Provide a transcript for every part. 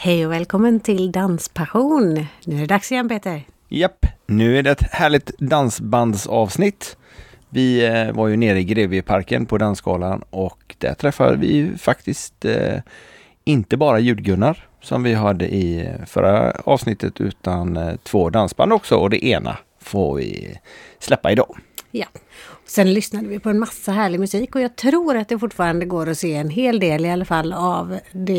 Hej och välkommen till Danspassion. Nu är det dags igen, Peter. Japp, nu är det ett härligt dansbandsavsnitt. Vi var ju nere i Grevieparken på Dansgalan och där träffade vi faktiskt inte bara Ljudgunnar som vi hade i förra avsnittet utan 2 dansband också, och det ena får vi släppa idag. Ja, sen lyssnade vi på en massa härlig musik och jag tror att det fortfarande går att se en hel del i alla fall av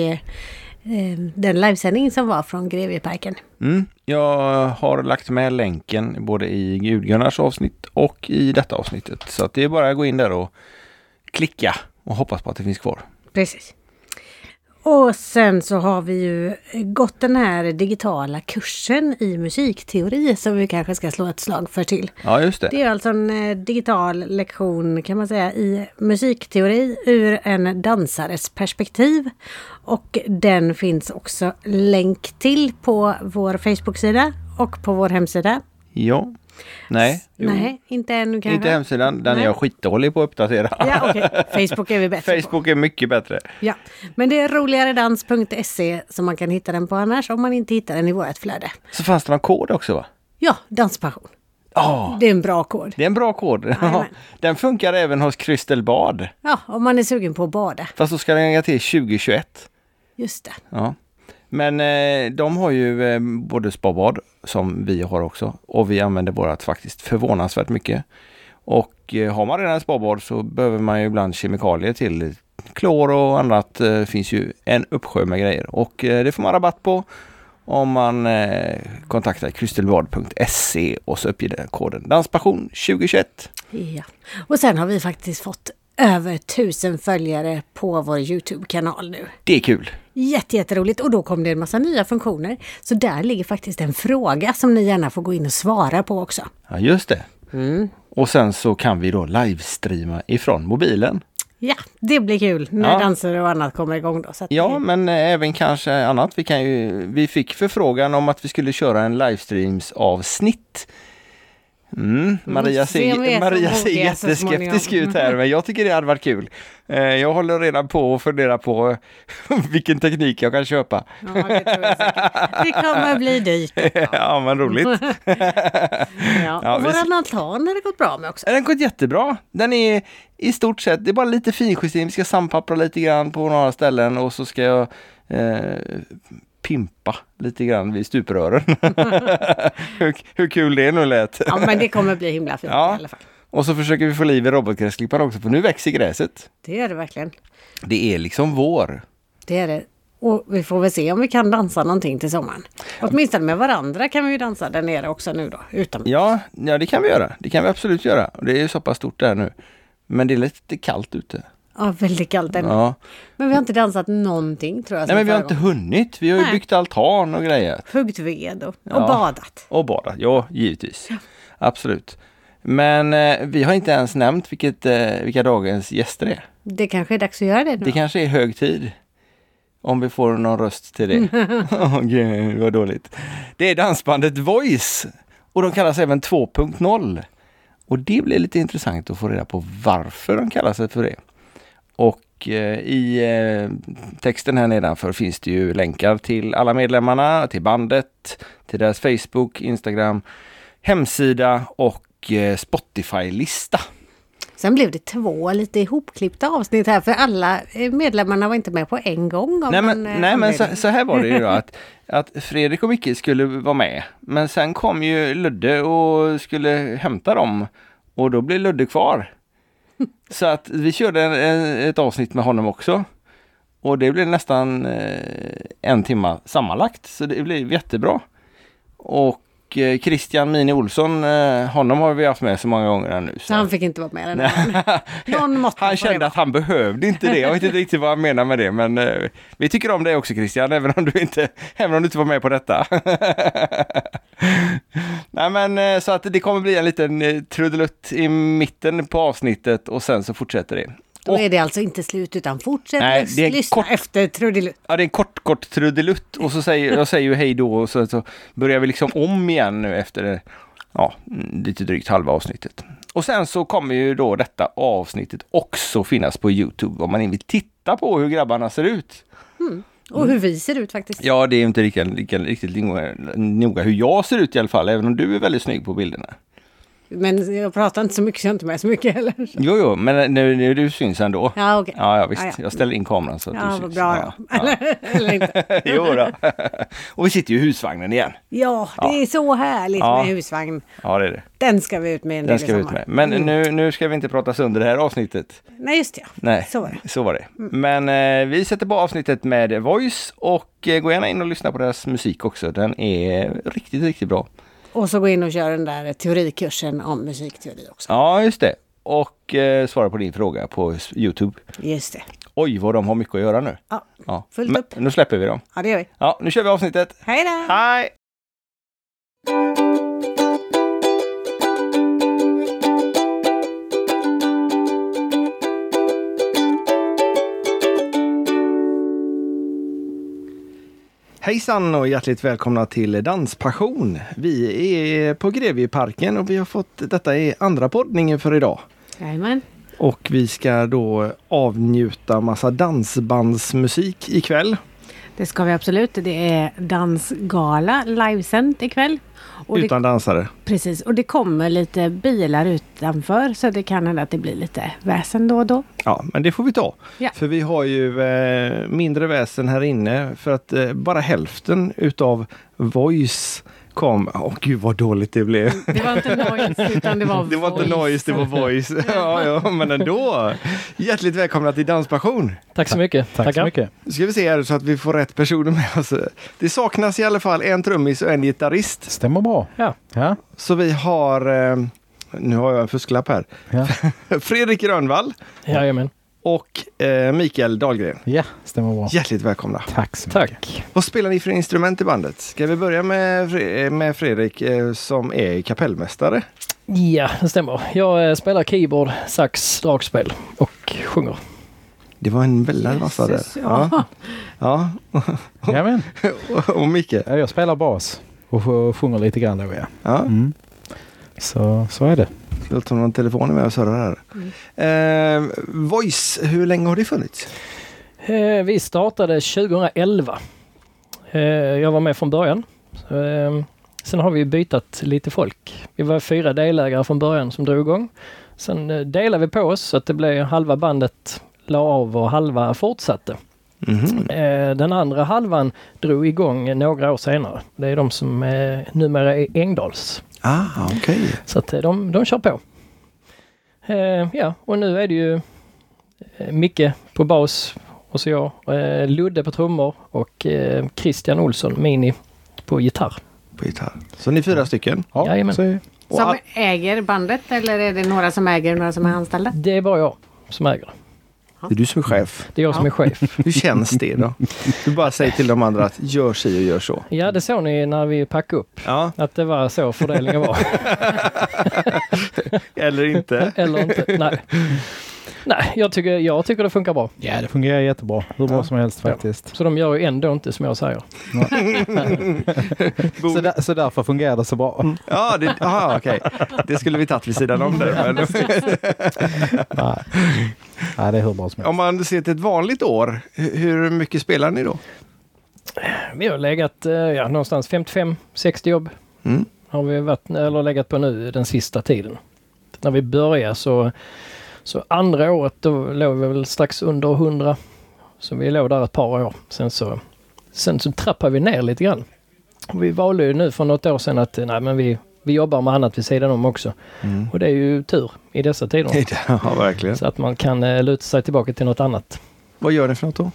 den livesändning som var från Grevieparken. Jag har lagt med länken både i Ljudgunnars avsnitt och i detta avsnittet, så att det är bara att gå in där och klicka och hoppas på att det finns kvar. Precis. Och sen så har vi ju gått den här digitala kursen i musikteori som vi kanske ska slå ett slag för till. Ja, just det. Det är alltså en digital lektion kan man säga i musikteori ur en dansares perspektiv. Och den finns också länk till på vår Facebook-sida och på vår hemsida. Ja. Nej, inte ännu kanske. Inte hemsidan, den är jag skitdålig på att uppdatera. Ja, okej. Facebook är vi bättre Facebook är mycket bättre. Ja, men det är roligaredans.se som man kan hitta den på annars om man inte hittar den i vårt flöde. Så fanns det någon kod också, va? Ja, danspassion. Ja. Det är en bra kod. Det är en bra kod. Ja, den funkar även hos Crystal Bad. Ja, om man är sugen på att bada. Fast då ska den lägga till 2021. Just det. Ja. Men de har ju både spabad som vi har också. Och vi använder vårat faktiskt förvånansvärt mycket. Och har man redan spabad så behöver man ju ibland kemikalier till. Klor och annat finns ju en uppsjö med grejer. Och det får man rabatt på om man kontaktar crystalbad.se och så uppger koden Danspassion 2021. Ja, och sen har vi faktiskt fått över 1000 följare på vår YouTube-kanal nu. Det är kul. Jätteroligt. Och då kom det en massa nya funktioner. Så där ligger faktiskt en fråga som ni gärna får gå in och svara på också. Ja, just det. Och sen så kan vi då livestreama ifrån mobilen. Ja, det blir kul när danser och annat kommer igång då. Så att ja, men även kanske annat. Vi fick förfrågan om att vi skulle köra en livestreams-avsnitt. Maria ser jätteskeptisk ut här, men jag tycker det hade varit kul. Jag håller redan på och funderar på vilken teknik jag kan köpa. Ja, det tror jag säkert. Det kommer bli dyrt. Ja, men roligt. Och våran altan har det gått bra med också. Den har gått jättebra. Den är i stort sett, det är bara lite finjustering. Vi ska sandpappra lite grann på några ställen och så ska jag pimpa lite grann vid stuprören. hur kul det nu lät. Ja, men det kommer bli himla fint i alla fall. Och så försöker vi få liv i robotgräsklipparen också, för nu växer gräset. Det gör det verkligen. Det är liksom vår. Det är det. Och vi får väl se om vi kan dansa någonting till sommaren. Åtminstone med varandra kan vi ju dansa där nere också nu då. Utan. Ja, det kan vi göra. Det kan vi absolut göra. Det är ju så pass stort där nu. Men det är lite kallt ute. Ja, väldigt kallt ännu. Ja. Men vi har inte dansat någonting tror jag. Nej, men vi har inte hunnit. Vi har ju byggt altan och grejer. Huggt ved och badat. Och badat, ja, givetvis. Ja. Absolut. Men vi har inte ens nämnt vilka dagens gäster är. Det kanske är dags att göra det nu. Det kanske är hög tid. Om vi får någon röst till det. Gud, vad dåligt. Det är dansbandet Voice. Och de kallas även 2.0. Och det blir lite intressant att få reda på varför de kallar sig för det. Och i texten här nedanför finns det ju länkar till alla medlemmarna, till bandet, till deras Facebook, Instagram, hemsida och Spotify-lista. Sen blev det 2 lite ihopklippta avsnitt här för alla medlemmarna var inte med på en gång. Nej, men så här var det ju då att Fredrik och Micke skulle vara med. Men sen kom ju Ludde och skulle hämta dem och då blev Ludde kvar. Så att vi körde ett avsnitt med honom också. Och det blev nästan 1 timme sammanlagt. Så det blev jättebra. Och Christian Mini Olsson, honom har vi haft med så många gånger nu. Så han fick inte vara med den här. Han kände att han behövde inte det. Jag vet inte riktigt vad han menar med det. Men vi tycker om det också, Christian. Även om du inte var med på detta. Nej, men så att det kommer bli en liten trudelutt i mitten på avsnittet. Och sen så fortsätter det. Då är det alltså inte slut utan fortsätt lyssna efter trudelutt. Ja, det är en kort trudelutt och så säger jag ju hej då och så börjar vi liksom om igen nu efter lite drygt halva avsnittet. Och sen så kommer ju då detta avsnittet också finnas på YouTube om man vill titta på hur grabbarna ser ut. Och hur vi ser ut faktiskt. Ja, det är inte riktigt noga hur jag ser ut i alla fall, även om du är väldigt snygg på bilderna. Men jag pratar inte så mycket, så jag är inte med så mycket heller. Jo, men nu du syns ändå. Ja, okej. Ja, visst. Ja. Jag ställer in kameran så att du Ja, syns. vad bra då. Ja. Eller inte. Jo då. Och vi sitter ju i husvagnen igen. Ja, det är så härligt med husvagn. Ja, det är det. Den ska vi ut med en Den del i ska vi ut sommar. med. Men nu ska vi inte prata sönder det här avsnittet. Nej, just det. Nej, Så var det. Men vi sätter på avsnittet med Voice och gå gärna in och lyssna på deras musik också. Den är riktigt, riktigt bra. Och så gå in och köra den där teorikursen om musikteori också. Ja, just det. Och svara på din fråga på YouTube. Just det. Oj, vad de har mycket att göra nu. Ja, fullt upp. Nu släpper vi dem. Ja, det gör vi. Ja, nu kör vi avsnittet. Hej då! Hej! Hejsan och hjärtligt välkomna till Danspassion. Vi är på Grevieparken och vi har fått, detta är andra poddningen för idag. Jajamän. Och vi ska då avnjuta massa dansbandsmusik ikväll. Det ska vi absolut. Det är dansgala livesänt ikväll. Och Utan dansare. Precis, och det kommer lite bilar utanför så det kan hända att det blir lite väsen då och då. Ja, men det får vi ta. Ja. För vi har ju mindre väsen här inne för att bara hälften utav Voice kom. Gud vad dåligt det blev. Det var inte noise utan det var Det var inte noise, det var Voice. ja, men ändå. Hjärtligt välkomna till Danspassion. Tack så mycket. Tack så mycket. Nu ska vi se här så att vi får rätt personer med oss. Det saknas i alla fall en trummis och en gitarrist. Stämmer bra. Ja. Så vi har, nu har jag en fusklapp här. Ja. Fredrik Grönvall Jajamän. och Mikael Dahlgren. Ja, stämmer bra. Hjärtligt välkomna. Tack så mycket. Tack. Vad spelar ni för instrument i bandet? Ska vi börja med Fredrik som är kapellmästare? Ja, det stämmer. Jag spelar keyboard, sax, dragspel och sjunger. Det var en väldigt massa där. Jesus, ja. Ja. Jajamän. Och Micke? Ja, jag spelar bas och sjunger lite grann då, ja. Ja. Mm. Så är det. Jag tar någon telefon med och surrar här. Voice, hur länge har det funnits? Vi startade 2011. Jag var med från början. Sen har vi bytt lite folk. Vi var 4 delägare från början som drog igång. Sen delade vi på oss så att det blev halva bandet la av och halva fortsatte. Mm-hmm. Den andra halvan drog igång några år senare. Det är de som numera är Engdals. Okej. Så att de kör på. Ja, och nu är det ju Micke på bas och så jag, Ludde på trummor och Christian Olsson, Mini, på gitarr. På gitarr. Så ni är 4 stycken? Ja, Jajamän. så Som äger bandet eller är det några som äger och några som är anställda? Det är bara jag som äger. Det är du som är chef. Det är jag som är chef. Hur känns det då? Du bara säger till de andra att gör si och gör så. Ja, det såg ni när vi packade upp. Ja. Att det var så fördelningen var. Eller inte. Eller inte. Nej, jag tycker det funkar bra. Ja, det fungerar jättebra. Hur bra som helst faktiskt. Så de gör ju ändå inte som jag säger. Så därför fungerar det så bra. Ja, okej. Det skulle vi tagit vid sidan om det. Men... Nej, det är hur bra som helst. Om man ser till ett vanligt år, hur mycket spelar ni då? Vi har legat någonstans 55-60 jobb. Har vi legat på nu den sista tiden. När vi började så andra året då låg vi väl strax under 100. Så vi låg där ett par år. Sen så trappade vi ner lite grann. Vi valde ju nu för något år sedan att vi jobbar med annat vid sidan om också. Och det är ju tur i dessa tider. Ja, verkligen. Så att man kan luta sig tillbaka till något annat. Vad gör ni för något då?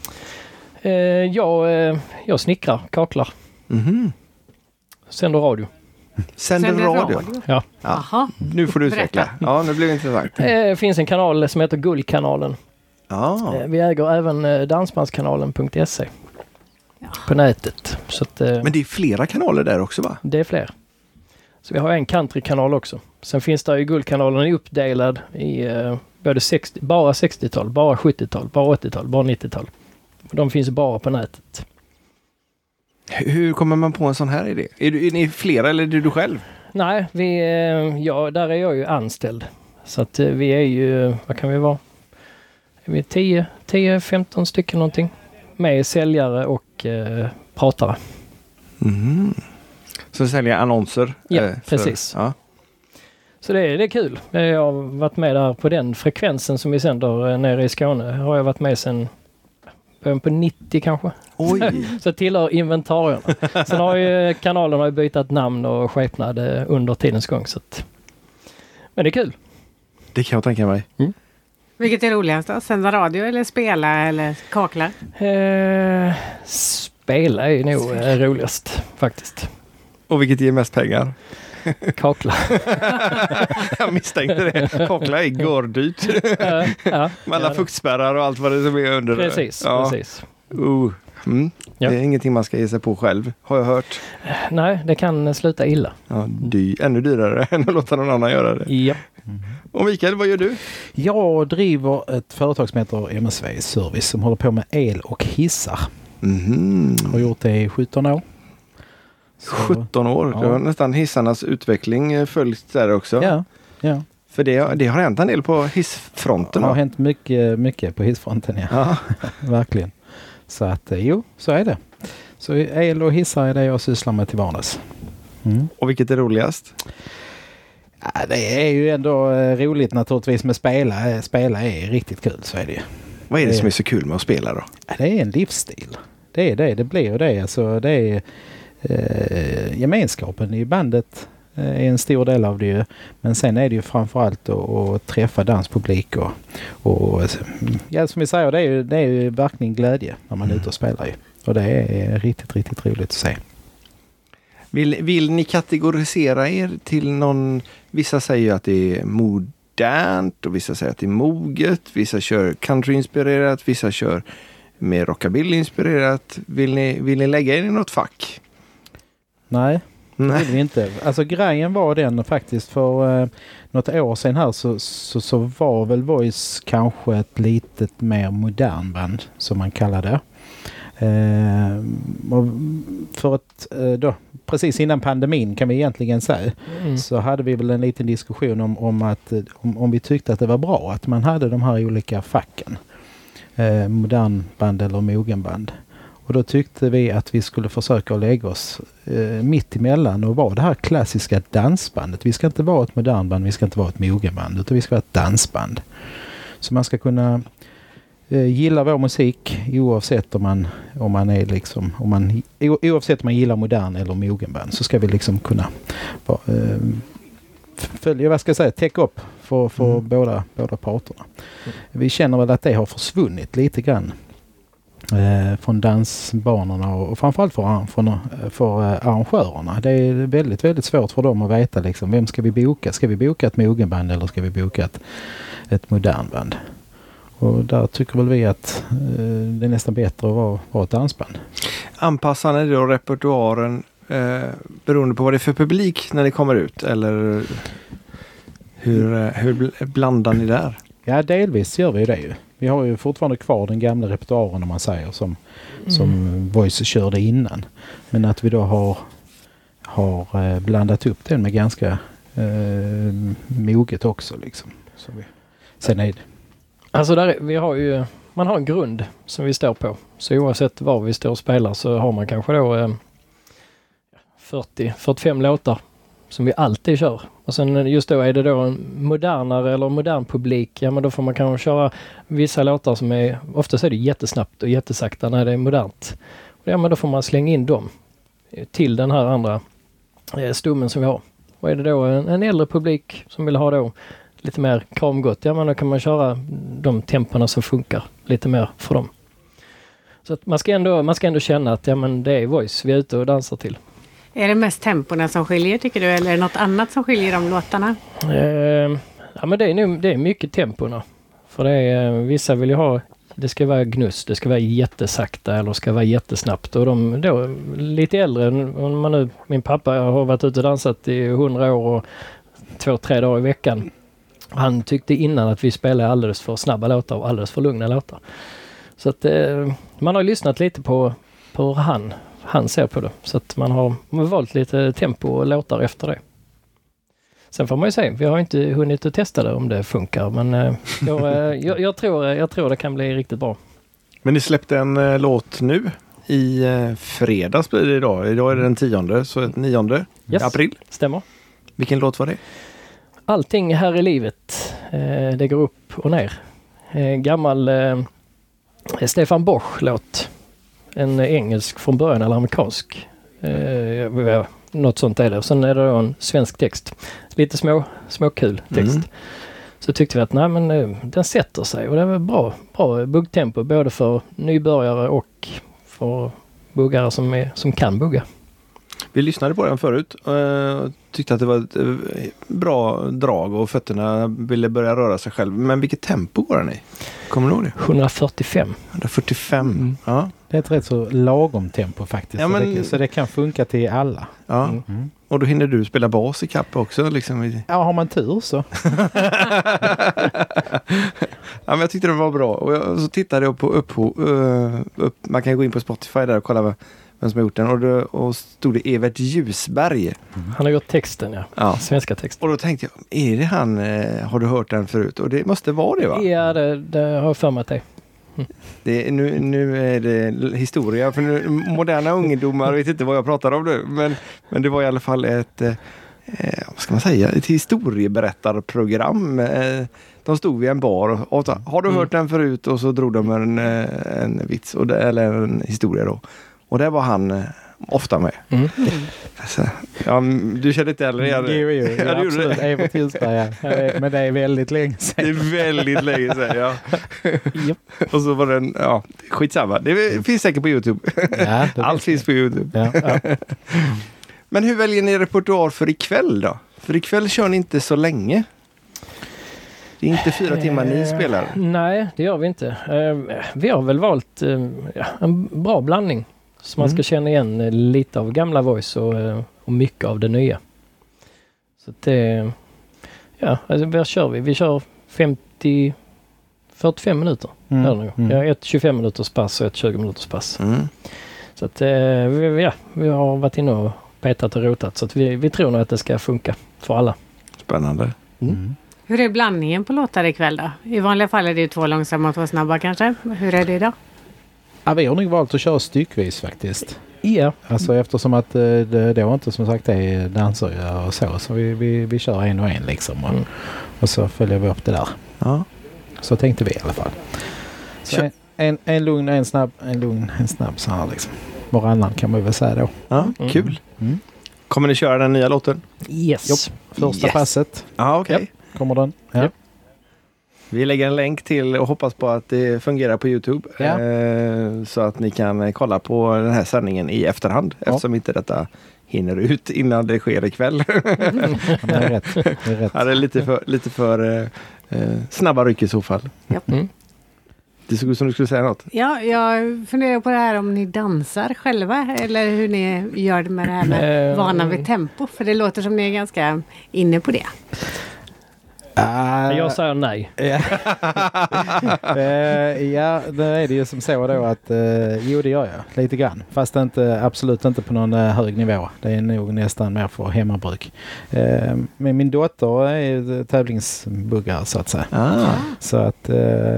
Jag snickrar, kaklar. Sänder radio. Sänder radio? Ja. Jaha. Nu får du utveckla. Ja, nu blir det intressant. Det finns en kanal som heter Guldkanalen. Ja. Vi äger även dansbandskanalen.se på nätet. Så att, Men det är flera kanaler där också, va? det är fler. Så vi har en countrykanal också. Sen finns det ju Guldkanalen uppdelad i både bara 60-tal, bara 70-tal, bara 80-tal, bara 90-tal. De finns bara på nätet. Hur kommer man på en sån här idé? Är ni flera eller är det du själv? Nej, där är jag ju anställd. Så att vi är ju, vad kan vi vara? Är vi 10-15 stycken någonting? med säljare och pratare. Mm. Så sälja annonser? Ja, precis. Ja. Så det är kul. Jag har varit med där på den frekvensen som vi sänder nere i Skåne. Har jag varit med sedan på 90 kanske. Oj! Så tillhör inventarierna. Sen har ju kanalen bytt namn och skepnad under tidens gång. Så att, men det är kul. Det kan jag tänka mig. Mm. Vilket är roligast då? Sända radio eller spela eller kakla? Spela är nog roligast faktiskt. Och vilket ger mest pengar? Kakla. Jag misstänkte det. Kakla är gårdyrt. Ja, med alla fuktspärrar och allt vad det som är under. Precis. Det är ingenting man ska ge sig på själv, har jag hört. Nej, det kan sluta illa. Ja, ännu dyrare än att låta någon annan göra det. Ja. Och Mikael, vad gör du? Jag driver ett företag som heter MSV Service som håller på med el och hissar. Har gjort det i 17 år. 17 år? Ja. Du har nästan hissarnas utveckling följt där också. Ja. För det har hänt en del på hissfronten. Det har hänt mycket på hissfronten, ja. Verkligen. Så att, så är det. Så el och hissar är det jag sysslar med till vardags. Och vilket är roligast? Ja, det är ju ändå roligt naturligtvis med spela. Spela är riktigt kul, så är det ju. Vad är det som är så kul med att spela då? Ja, det är en livsstil. Det är det. Det blir ju det. Alltså, det är gemenskapen i bandet är en stor del av det ju. Men sen är det ju framförallt att träffa danspublik och ja, som vi säger, det är ju verkligen glädje när man är ute och spelar ju. Och det är riktigt, riktigt roligt att se. Vill ni kategorisera er till någon? Vissa säger att det är modernt och vissa säger att det är moget. Vissa kör country-inspirerat, vissa kör mer rockabilly-inspirerat. Vill ni lägga er i något fack? Nej, det vill vi inte. Alltså grejen var den faktiskt för något år sedan här så var väl Voice kanske ett litet mer modern band som man kallar det. För att då, precis innan pandemin kan vi egentligen säga så hade vi väl en liten diskussion om vi tyckte att det var bra att man hade de här olika facken. Modern band eller mogenband. Och då tyckte vi att vi skulle försöka att lägga oss mitt emellan och vara det här klassiska dansbandet. Vi ska inte vara ett modernband, vi ska inte vara ett mogenband, utan vi ska vara ett dansband. Så man ska kunna gilla vår musik oavsett om man är liksom oavsett om man gillar modern eller mogenband, så ska vi liksom kunna följa, vad ska jag säga, täcka upp för båda parterna. Vi känner väl att det har försvunnit lite grann från dansbanorna och framförallt för arrangörerna. Det är väldigt, väldigt svårt för dem att veta liksom, vem ska vi boka? Ska vi boka ett mogenband eller ska vi boka ett modernband? Och där tycker väl vi att det är nästan bättre att vara ett dansband. Anpassar ni då repertoaren beroende på vad det är för publik när det kommer ut? Eller hur blandar ni där? Ja, delvis gör vi det ju. Vi har ju fortfarande kvar den gamla repertoaren om man säger som Voice körde innan. Men att vi då har blandat upp den med ganska moget också liksom. Så sen är det. Alltså man har en grund som vi står på. Så oavsett var vi står och spelar så har man kanske då 40-45 låtar som vi alltid kör. Och sen just då är det då en modernare eller modern publik. Ja, men då får man kanske köra vissa låtar som är, oftast är det jättesnabbt och jättesakta när det är modernt. Ja, men då får man slänga in dem till den här andra stommen som vi har. Och är det då en äldre publik som vill ha då lite mer kramgott, ja men då kan man köra de temporna som funkar lite mer för dem. Så att man ska ändå känna att ja men det är Voice vi är ute och dansar till. Är det mest temporna som skiljer tycker du, eller är det något annat som skiljer de låtarna? Ja men det är mycket temporna. För det är, vissa vill ju ha, det ska vara gnuss, det ska vara jättesakta eller ska vara jättesnabbt. Och de då lite äldre, min pappa har varit ute och dansat i 100 år och 2-3 dagar i veckan. Han tyckte innan att vi spelade alldeles för snabba låtar och alldeles för lugna låtar. Så att man har lyssnat lite på hur han ser på det. Så att man har valt lite tempo och låtar efter det. Sen får man ju se, vi har inte hunnit att testa det om det funkar. Men jag tror det kan bli riktigt bra. Men ni släppte en låt nu i fredags blir det idag. Idag är det den 10:e, så 9 april. Stämmer. Vilken låt var det? Allting här i livet, det går upp och ner. Gammal Stefan Bosch-låt. En engelsk från början, eller amerikansk. Något sånt är det. Och sen är det då en svensk text. Lite små kul text. Så tyckte vi att nej, men den sätter sig och det var bra buggtempo både för nybörjare och för buggare som kan bugga. Vi lyssnade på den förut och tyckte att det var ett bra drag och fötterna ville börja röra sig själv. Men vilket tempo går den i? Kommer du ihåg det? 145. 145, ja. Det är ett rätt så lagom tempo faktiskt. Ja, men... så det kan funka till alla. Ja. Och då hinner du spela bas i kapp också. Liksom. Ja, har man tur så. Ja, men jag tyckte det var bra. Och så tittade jag på man kan ju gå in på Spotify där och kolla vem som har gjort den. Och stod det Evert Ljusberg. Han har gjort texten, ja. Svenska texten. Och då tänkte jag, är det han? Har du hört den förut? Och det måste vara det, va? Ja, det har jag för mig att det är. Nu är det historia. För nu, moderna ungdomar vet inte vad jag pratar om nu. Men det var i alla fall ett vad ska man säga? Ett historieberättarprogram. De stod vid en bar och sa, har du hört den förut? Och så drog de en vits eller en historia då. Och där var han ofta med. Så, ja, du kände inte heller igen det? Jo, absolut. Evert Ljusberg, men det är väldigt länge sedan. Det är väldigt länge sedan, ja. Och så var den, skitsamma. Det finns säkert på YouTube. Ja, allt finns på YouTube. Ja. Men hur väljer ni repertoar för ikväll då? För ikväll kör ni inte så länge. Det är inte 4 timmar ni spelar. Nej, det gör vi inte. Vi har väl valt en bra blandning. Så man ska känna igen lite av gamla Voice och mycket av det nya. Så det... Ja, alltså vad kör vi? Vi kör 45 minuter. Ett 25 minuters pass och ett 20 minuters pass. Så att vi har varit inne och petat och rotat. Så att vi tror nog att det ska funka för alla. Spännande. Hur är blandningen på låtar ikväll då? I vanliga fall är det ju 2 långsamma och 2 snabba kanske. Hur är det idag? Ja, vi har nog valt att köra styckvis faktiskt. Ja. Alltså eftersom att det då inte som sagt är danser och så vi kör en och en liksom. Och så följer vi upp det där. Ja. Så tänkte vi i alla fall. Så en lugn, en snabb, en snabb så här liksom. Varannan kan man väl säga då. Ja, kul. Kommer ni köra den nya låten? Yes. Första passet. Ja, okej. Yep. Kommer den? Ja. Yep. Vi lägger en länk till och hoppas på att det fungerar på YouTube. Ja. Så att ni kan kolla på den här sändningen i efterhand. Eftersom inte detta hinner ut innan det sker ikväll. Det är rätt. Ja, det är lite för snabba ryck i så fall. Ja. Det såg ut som du skulle säga något. Ja, jag funderar på det här om ni dansar själva eller hur ni gör det med det här med vana vid tempo. För det låter som ni är ganska inne på det. Jag säger nej. Ja, det är det ju som så då att jo, det gör jag lite grann. Fast absolut inte på någon hög nivå. Det är nog nästan mer för hemmabruk. Men min dotter är ju tävlingsbuggare så att säga. Så att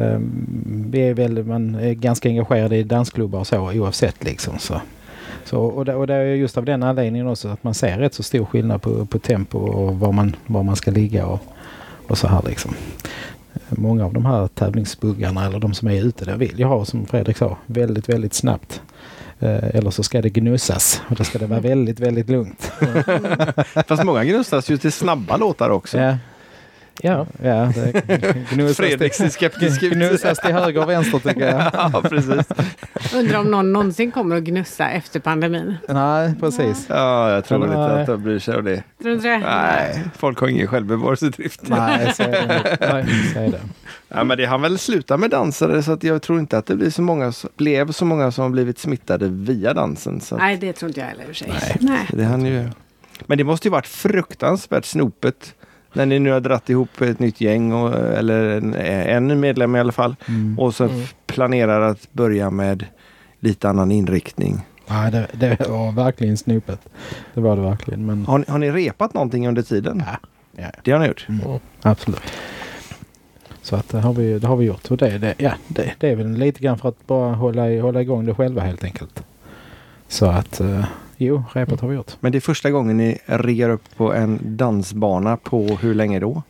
man är ganska engagerad i dansklubbar och så oavsett liksom så. Och det är just av den anledningen också att man ser rätt så stor skillnad på tempo och var man ska ligga och så här liksom. Många av de här tävlingsbuggarna eller de som är ute där vill jag ha, som Fredrik sa, väldigt, väldigt snabbt. Eller så ska det gnussas och då ska det vara väldigt, väldigt lugnt. Fast många gnussas ju till snabba låtar också. Ja. Fredrik är skeptisk ut. Gnussas till höger och vänster tycker jag. Ja, precis. Undrar om någon någonsin kommer att gnussa efter pandemin. Nej, precis. Ja, jag tror inte att de bryr sig om det. Tror du inte det? Nej, folk har ingen självbevarelsedrift. Nej, så är det. Ja, men det har väl slutat med dansare så att jag tror inte att det blir så många som har blivit smittade via dansen. Så. Nej, det tror inte jag heller i och för sig. Nej. Det hann ju. Men det måste ju varit fruktansvärt snopet när ni nu har dratt ihop ett nytt gäng eller en medlem i alla fall och så planerar att börja med lite annan inriktning. Ja, det var verkligen snopet. Det var det verkligen. Men... Har ni repat någonting under tiden? Ja. Det har ni gjort? Absolut. Så att det har vi gjort. Och det är väl lite grann för att bara hålla igång det själva helt enkelt. Så att repet har vi gjort. Men det är första gången ni riggar upp på en dansbana på hur länge då?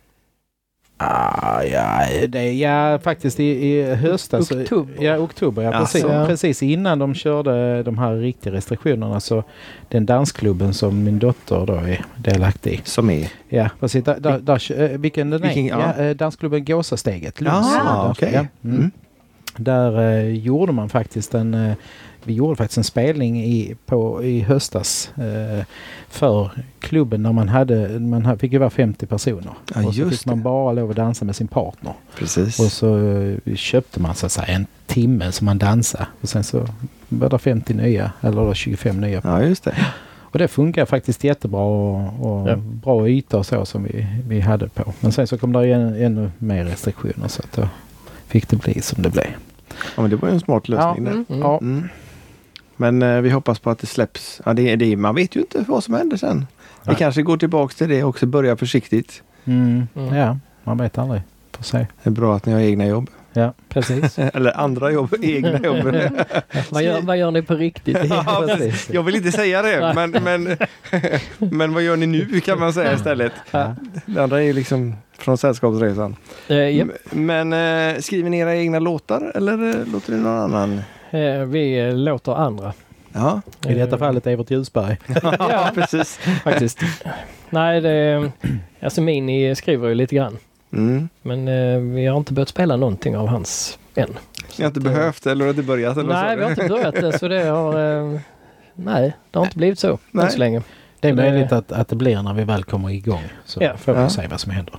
Faktiskt i höstas. Oktober. Oktober. Precis innan de körde de här riktiga restriktionerna, så den dansklubben som min dotter då är delaktig i. Som är? Ja, precis. Vilken den är? Ja, dansklubben Gåsasteget. Okej. Ja. Där gjorde man faktiskt en spelning i höstas för klubben när man fick ju vara 50 personer. Ja, och så fick man bara lov att dansa med sin partner. Precis. Och så köpte man så att säga en timme som man dansade. Och sen så var det 50 nya eller 25 nya. Ja, just det. Och det funkar faktiskt jättebra och bra ytor och så som vi hade på. Men sen så kom det ännu mer restriktioner, så att då fick det bli som det blev. Ja, men det var ju en smart lösning. Ja. Men vi hoppas på att det släpps. Ja, man vet ju inte vad som händer sen. Vi kanske går tillbaka till det också, börja försiktigt. Ja, man vet aldrig. Får se. Det är bra att ni har egna jobb. Ja, precis. Eller andra jobb, egna jobb. Vad gör ni på riktigt? Ja, precis. jag vill inte säga det, men vad gör ni nu kan man säga istället. Ja. Det andra är ju liksom från sällskapsresan. Yep. Men skriver ni era egna låtar eller låter ni någon annan? Vi låter andra. Ja. I detta fallet Evert Ljusberg. Ja, precis. Faktiskt. Nej, alltså Mini skriver ju lite grann. Men vi har inte börjat spela någonting av hans än. Ni har inte behövt eller har inte börjat? Eller nej, vi har inte börjat det, så det har... nej, det har inte blivit så än så länge. Det är möjligt att det blir när vi väl kommer igång. Så får vi se vad som händer.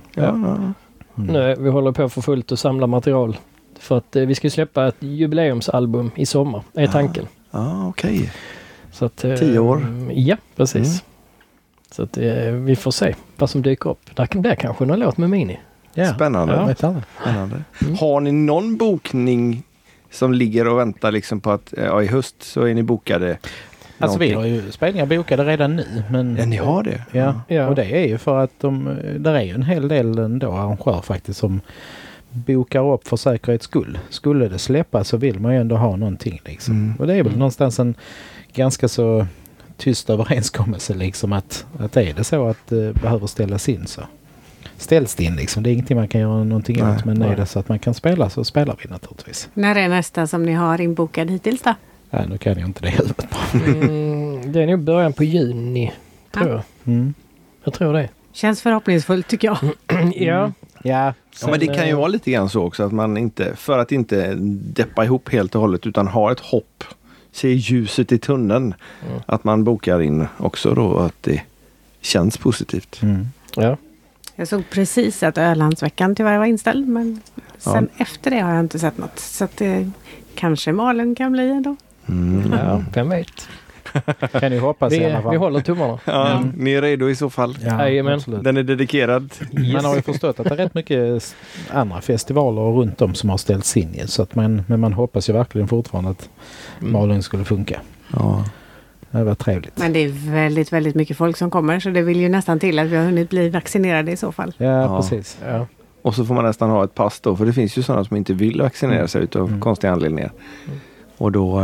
Nu, vi håller på för fullt att samla material. För att vi ska släppa ett jubileumsalbum i sommar, är tanken. Ja, okej. Så att, 10 år? Ja, precis. Så att vi får se vad som dyker upp. Där kanske någon låt med Mini. Ja. Spännande. Spännande. Har ni någon bokning som ligger och väntar liksom på att i höst så är ni bokade? Alltså vi har ju spelningar bokade redan nu. Men, ja, ni har det? Ja, och det är ju för att där är ju en hel del ändå arrangörer faktiskt som bokar upp för säkerhets skull. Skulle det släppa så vill man ju ändå ha någonting liksom. Och det är väl någonstans en ganska så tyst överenskommelse liksom att är det så att det behöver ställas in så ställs det in liksom. Det är ingenting man kan göra någonting åt, men är det så att man kan spela så spelar vi naturligtvis. När är nästa som ni har inbokad hittills då? Ja, nu kan jag inte det huvudet. Det är nog början på juni, tror jag. Jag tror det. Känns förhoppningsfullt tycker jag. Ja. Ja, men det kan ju vara lite grann så också att man inte, för att inte deppa ihop helt och hållet utan ha ett hopp, se ljuset i tunneln, att man bokar in också då att det känns positivt. Ja. Jag såg precis att Ölandsveckan tyvärr var inställd, men sen efter det har jag inte sett något. Så att kanske Malung kan bli då. Ja, vem vet. Kan ni hoppas i alla fall. Vi håller tummarna. Ja, ni är redo i så fall. Ja, absolut. Den är dedikerad. Man har ju förstått att det är rätt mycket andra festivaler runt om som har ställts in. Så att men man hoppas ju verkligen fortfarande att Malung skulle funka. Ja. Det var trevligt. Men det är väldigt, väldigt mycket folk som kommer, så det vill ju nästan till att vi har hunnit bli vaccinerade i så fall. Ja, precis. Ja. Och så får man nästan ha ett pass då, för det finns ju sådana som inte vill vaccinera sig utav konstiga anledningar. Och då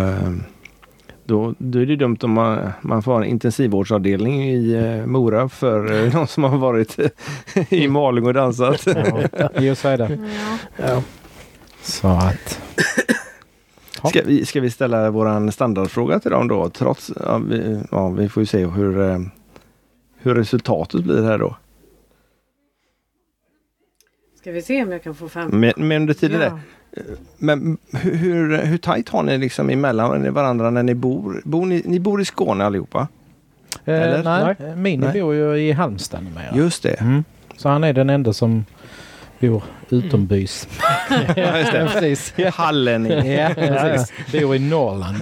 är det dumt om man får en intensivvårdsavdelning i Mora för någon som har varit i Malung och dansat. Just så är det. Ja. Så att... Ska vi ställa våran standardfråga till dem då? Trots, vi får ju se hur resultatet blir här då. Ska vi se om jag kan få fram... Men under tiden där. Men hur tajt har ni liksom emellan varandra när ni bor? Ni bor i Skåne allihopa? Nej, Mini bor ju i Halmstad numera. Just det. Så han är den enda som bor utombys. Ja, just det. Precis. Hallen Ja, precis. Bor i Norrland.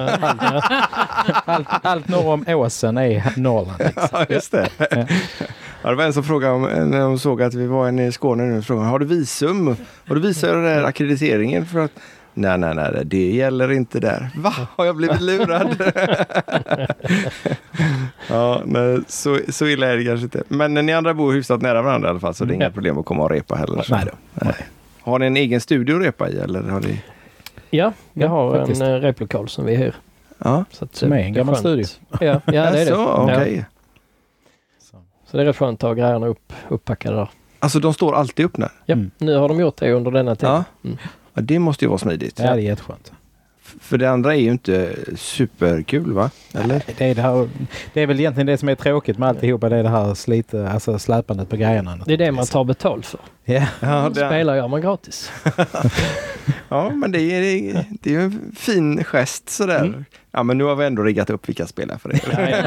Allt norr om Åsen är Norrland. Liksom. Ja, just det. Ja, det var en som frågade när de såg att vi var i Skåne nu. Frågade, har du visum? Och då visar jag den här akkrediteringen för att nej, det gäller inte där. Va? Har jag blivit lurad? Ja, nej, så illa är det kanske inte. Men ni andra bor hyfsat nära varandra i alla fall, så det är inga problem att komma och repa heller. Nej då. Nej. Har ni en egen studio att repa i, eller har ni... Ja, jag har faktiskt. en replokal som vi hyr. Ja, Så att, Som är en gammal skönt. studio. Ja, det är det. så, okej. Ja. Så det är rätt skönt att ha grejerna uppackade där. Alltså de står alltid öppna? Ja, Mm. nu har de gjort det under denna tid. Ja. Mm. Ja, det måste ju vara smidigt. Ja, det är jätteskönt. För det andra är ju inte superkul, va? Eller? Det är väl egentligen det som är tråkigt med alltihopa. Det är det här släpandet på grejerna. Det är det man tar betalt för. Ja. Ja, Spelar gör man gratis. ja, men det är ju en fin gest sådär. Mm. Ja, men nu har vi ändå riggat upp vilka spelar för det.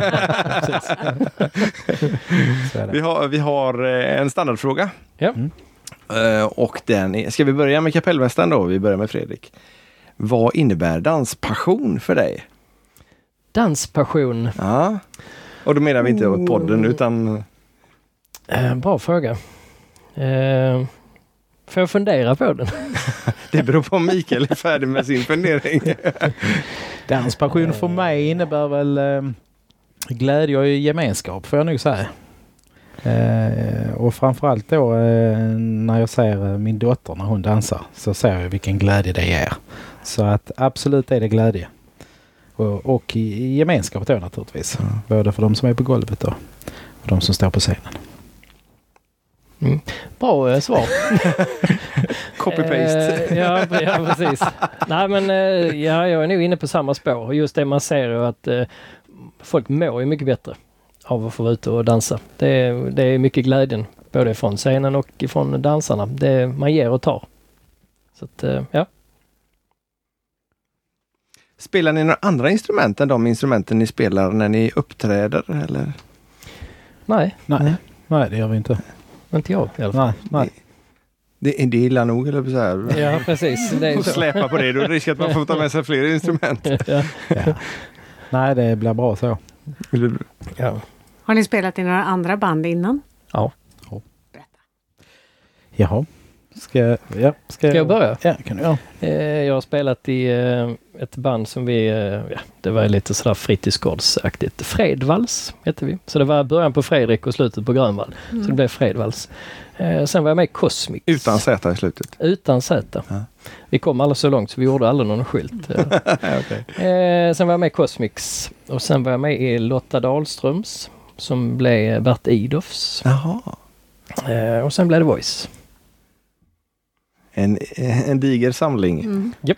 Så är det. Vi har en standardfråga. Ja. Mm. Och ska vi börja med kapellmästaren då? Vi börjar med Fredrik. Vad innebär danspassion för dig? Danspassion. Ja. Och då menar vi inte podden utan... Bra fråga. Får jag fundera på den? Det beror på om Mikael är färdig med sin fundering. Danspassion för mig innebär väl glädje och gemenskap, får jag nog säga. Och framförallt då när jag ser min dotter när hon dansar, så ser jag vilken glädje det ger. Så att absolut är det glädje. Och gemenskap då naturligtvis. Både för de som är på golvet och de som står på scenen. Mm. Bra svar. Copy-paste. Ja, precis. Nej, men jag är nog inne på samma spår. Just det man ser är att folk mår ju mycket bättre av att få vara ute och dansa. Det är mycket glädjen, både från scenen och från dansarna. Man ger och tar. Så att, ja. Spelar ni några andra instrument än de instrumenten ni spelar när ni uppträder? Eller? Nej, Nej, det gör vi inte. inte jag i alla fall. Nej. Det är illa nog, eller så här. Ja, precis. Det är Och så. släpa på det, då är det risk att man får ta med sig fler instrument. Ja. Ja. Nej, det blir bra så. Ja. Har ni spelat i några andra band innan? Ja. Jaha. Ska jag börja? Ja, kan du göra. Jag har spelat i ett band som det var lite sådär fritidsgårdsaktigt. Fredvals heter vi. Så det var början på Fredrik och slutet på Grönvall. Så det blev Fredvals. Sen var jag med i Cosmix. Utan Z i slutet. Utan Z. Ja. Vi kom aldrig så långt så vi gjorde aldrig någon skylt. Okay. Sen var jag med i Cosmix. Och sen var jag med i Lotta Dahlströms som blev Bert Idofs. Jaha. Och sen blev det Voice. En diger samling. Mm. Japp.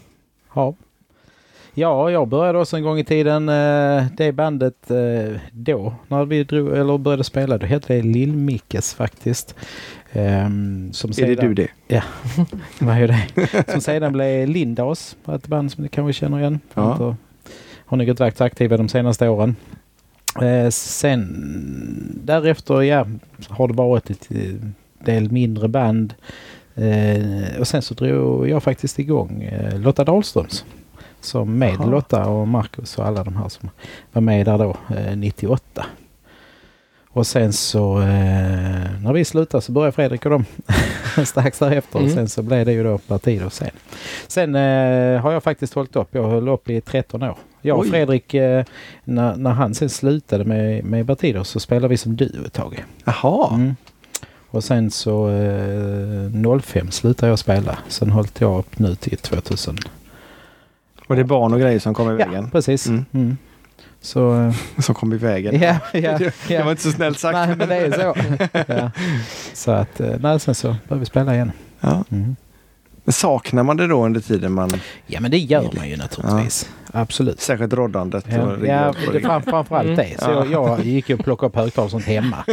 Ja, jag började också en gång i tiden det bandet då när vi började spela. Då hette det Lill-Mickes faktiskt. Som Är det du det? Ja, det var ju det. Som sedan blev Lindaas, ett band som ni kanske känner igen. Ja. Har ni varit aktiva de senaste åren. Sen därefter har det varit ett del mindre band. Och sen så drog jag faktiskt igång Lotta Dahlströms. Som med Lotta och Marcus och alla de här som var med där då 98. Och sen så när vi slutade så började Fredrik och dem strax därefter. Och sen så blev det ju då parti och sen. Sen har jag faktiskt hållit upp. Jag höll upp i 13 år. Jag och Fredrik, när han sen slutade med Batidos så spelade vi som duo ett tag. Jaha. Mm. Och sen så 05 slutade jag spela. Sen höll jag upp nu till 2000. Och det är barn och grejer som kommer i vägen? Ja, precis. Mm. Så, som kom i vägen? Ja. Det var inte så snällt sagt. Nej, men det är så. Ja. Så att, sen så började vi spela igen. Ja. Mm. Men saknar man det då under tiden man... Ja, men det gör man ju naturligtvis. Ja. Absolut. Särskilt roddandet. Ja, framförallt det. Så jag gick och plockade upp högtal sånt hemma.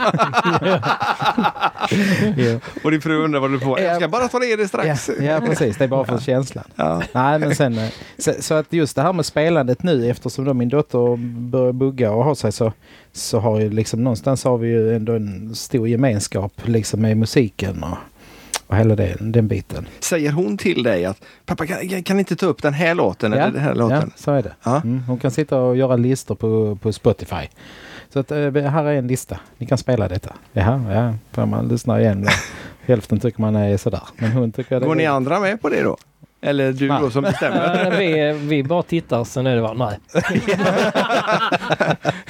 Och din fru undrar vad du får. Jag ska bara ta det strax. Ja, precis. Det är bara för känslan. Ja. Nej, men sen... Så att just det här med spelandet nu, eftersom då min dotter börjar bugga och ha sig, så har ju liksom någonstans har vi ju ändå en stor gemenskap liksom med musiken och hela den biten. Säger hon till dig att pappa kan inte ta upp den här låten eller den här låten? Ja, så är det. Ja. Hon kan sitta och göra listor på Spotify. Så att här är en lista. Ni kan spela detta. Ja, för man lyssnar igen. Hälften tycker man är sådär. Men hon tycker Går ni andra med på det då? Eller du då som bestämmer? Vi bara tittar, sen är det bara nej.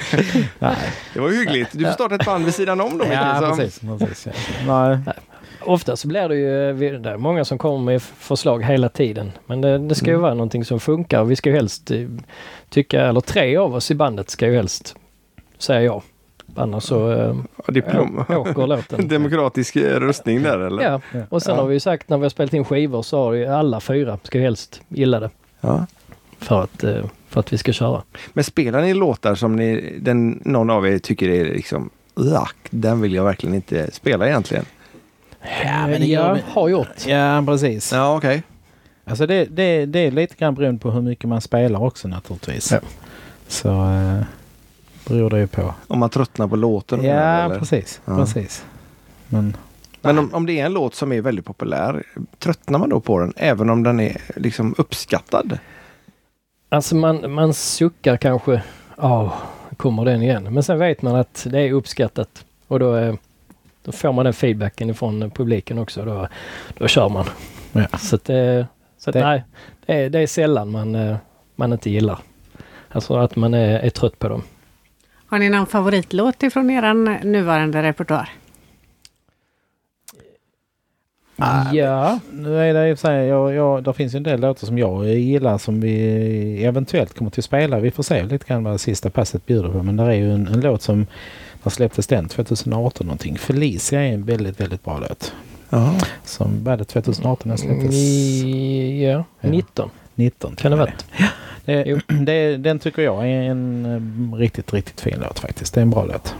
Nej. Det var ju hyggligt. Du får starta ett band vid sidan om då. Ja, precis. Ja. Nej. Ofta så blir det ju det är många som kommer med förslag hela tiden. Men det ska ju vara någonting som funkar. Vi ska ju helst tycka, eller 3 av oss i bandet ska ju helst säga ja. Annars så åker låten. Demokratisk röstning där eller? Ja, och sen har vi ju sagt när vi har spelat in skivor så har ju alla 4 ska ju helst gilla det. Ja. För att vi ska köra. Men spelar ni låtar som någon av er tycker är liksom den vill jag verkligen inte spela egentligen? Ja, men jag har gjort. Ja, precis. Ja, okej. Okay. Alltså det är lite grann beroende på hur mycket man spelar också naturligtvis. Ja. Så beror det ju på. Om man tröttnar på låten? Ja, eller? Precis. Ja. Precis. Men om det är en låt som är väldigt populär, tröttnar man då på den även om den är liksom uppskattad? Alltså man suckar kanske, kommer den igen. Men sen vet man att det är uppskattat. Och då får man den feedbacken ifrån publiken också. Då kör man. Ja. Så nej, det är sällan man inte gillar. Alltså att man är trött på dem. Har ni någon favoritlåt ifrån er nuvarande repertoar? Ja. Nu är det i och för sig, det finns ju en del låtar som jag gillar som vi eventuellt kommer till att spela. Vi får se lite grann vad det sista passet bjuder på. Men det är ju en låt som släpptes den 2018 någonting. Felicia är en väldigt, väldigt bra låt. Aha. Som var det 2018 släpptes? Ja, 19 kan det vara. Den tycker jag är en riktigt, riktigt fin låt faktiskt. Det är en bra låt.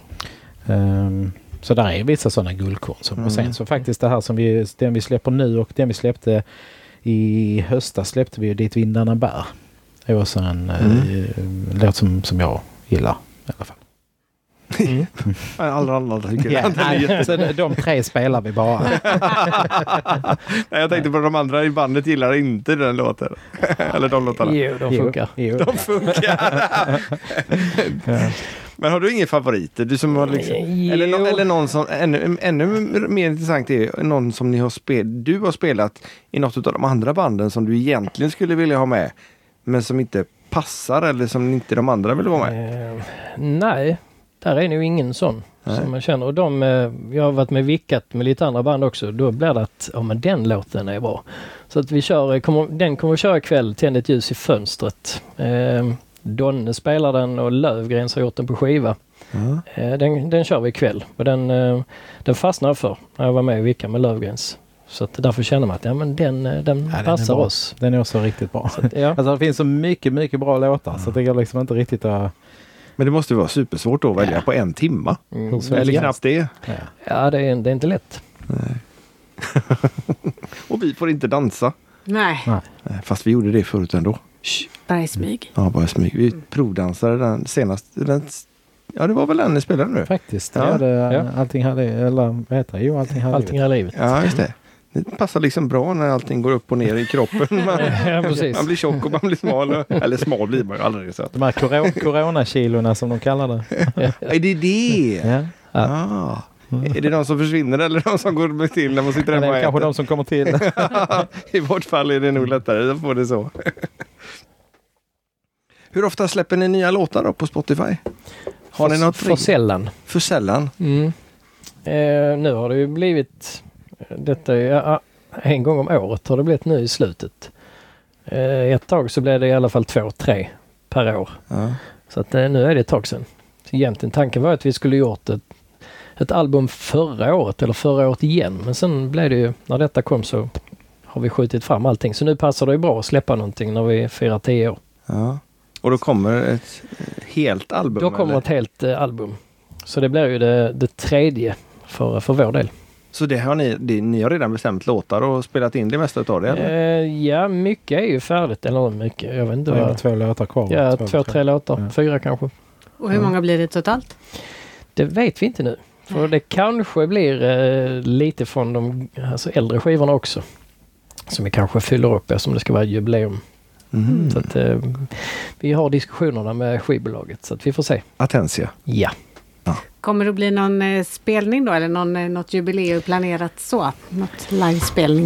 Så där är vissa sådana guldkorn. Och sen så faktiskt det här som den vi släpper nu och den vi släppte i höstas släppte vi Dit vindarna bär. Det är också en låt som jag gillar i alla fall. Alla andra tycker så de 3 spelar vi bara. Jag tänkte på de andra i bandet gillar inte den låten. Eller de låtarna. Jo, de funkar. De funkar. Men har du ingen favoriter? Du som har liksom, eller någon som ännu mer intressant är någon som du har spelat i något av de andra banden som du egentligen skulle vilja ha med men som inte passar eller som inte de andra vill vara med? Nej. Där är nog ingen sån som man känner. Och jag har varit med vickat med lite andra band också. Då blir det att men den låten är bra. Så att vi kommer att köra ikväll, Tänd ett ljus i fönstret. Donne spelar den och Lövgrens har gjort den på skiva. Den kör vi ikväll. Och den fastnar för när jag var med i vicka med Lövgrens. Så att därför känner man att den passar oss. Den är också riktigt bra. Så att, alltså det finns så mycket, mycket bra låtar så det går liksom inte riktigt att... Men det måste ju vara supersvårt att välja på en timma. Eller knappt det. Ja, det är inte lätt. Nej. Och vi får inte dansa. Nej. Fast vi gjorde det förut ändå. Bara i smyg. Ja, bara i smyg. Vi provdansade den senaste. Ja, det var väl den ni spelade nu? Faktiskt. Allting hade, eller vad heter det? Jo, allting hade livet. Ja, just det. Det passar liksom bra när allting går upp och ner i kroppen. Man blir tjock och man blir smal. Eller smal blir man ju aldrig. Så. De här coronakilorna som de kallar det. Är det det? Ja. Är det de som försvinner eller de som går till när man sitter hemma och äter? Kanske de som kommer till. I vårt fall är det nog lättare att få det så. Hur ofta släpper ni nya låtar då på Spotify? Har ni något för sällan. För sällan? Nu har det ju blivit en gång om året har det blivit nu i slutet. Ett tag så blev det i alla fall 2-3 per år. Ja. Så att nu är det ett tag sedan. Så egentligen tanken var att vi skulle gjort ett album förra året igen. Men sen blev det ju, när detta kom så har vi skjutit fram allting. Så nu passar det ju bra att släppa någonting när vi firar 10 år. Ja. Och då kommer ett helt album? Då kommer ett helt album. Så det blir ju det tredje för vår del. Så det har ni har redan bestämt låtar och spelat in det mesta av det? Eller? Ja, mycket är ju färdigt. Eller mycket, jag vet inte. Det är 2 låtar kvar. Ja, 2-3 låtar. 4 kanske. Och hur många blir det totalt? Det vet vi inte nu. För det kanske blir lite från de äldre skivorna också. Som vi kanske fyller upp som det ska vara jubileum. Så att, vi har diskussionerna med skivbolaget så att vi får se. Attentia. Ja. Kommer det bli någon spelning då eller något jubileum planerat så? Något livespelning?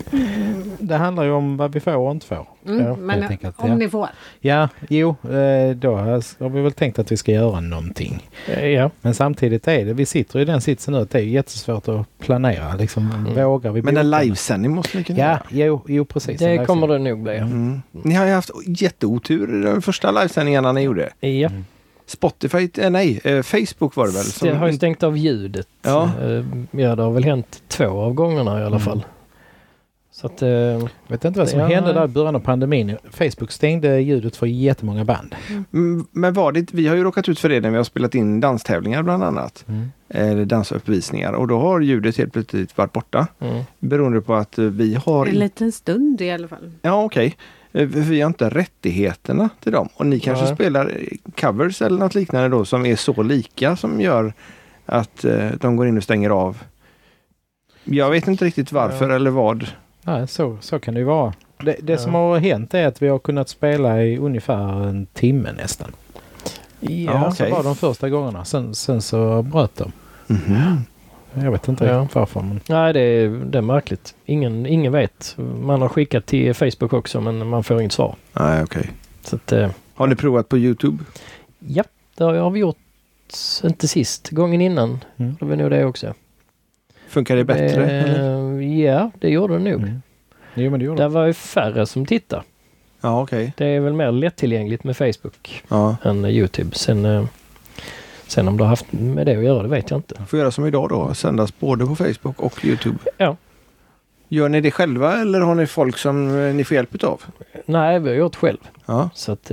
Det handlar ju om vad vi får och inte får. Men helt enkelt, om ni får. Ja, då har vi väl tänkt att vi ska göra någonting. Ja. Men samtidigt är det, vi sitter i den sitsen nu att det är jättesvårt att planera. Liksom, vågar vi Men en livesändning måste ni kunna göra. Jo, precis. Det kommer det nog bli. Ni har ju haft jätteotur i de första livesändningarna ni gjorde. Ja. Spotify, Facebook var det väl? Det har ju stängt av ljudet. Ja. Det har väl hänt 2 av gångerna i alla fall. Så att, vet inte vad som hände där i början av pandemin. Facebook stängde ljudet för jättemånga band. Men var det, vi har ju råkat ut för det när vi har spelat in danstävlingar bland annat. Eller dansuppvisningar. Och då har ljudet helt plötsligt varit borta. Beroende på att vi har... En liten stund i alla fall. Ja, okej. Vi har inte rättigheterna till dem. Och ni kanske spelar covers eller något liknande då som är så lika som gör att de går in och stänger av. Jag vet inte riktigt varför eller vad. Nej, så kan det ju vara. Det som har hänt är att vi har kunnat spela i ungefär en timme nästan. Ja, så var de första gångerna. Sen så bröt de. Jag vet inte riktigt varför. Men... Nej, det är märkligt. Ingen vet. Man har skickat till Facebook också men man får inget svar. Nej, okej. Så att, har ni provat på YouTube? Ja, det har vi gjort. Inte sist. Gången innan. Det var nog det också. Funkar det bättre? Eller? Ja, det gjorde det nog. Jo, men det gjorde det var ju färre som tittar. Ja, okej. Det är väl mer lättillgängligt med Facebook än YouTube. Sen om du har haft med det att göra, det vet jag inte. Får göra som idag då, sändas både på Facebook och YouTube. Ja. Gör ni det själva eller har ni folk som ni får hjälp av? Nej, vi har gjort själv. Ja. Så att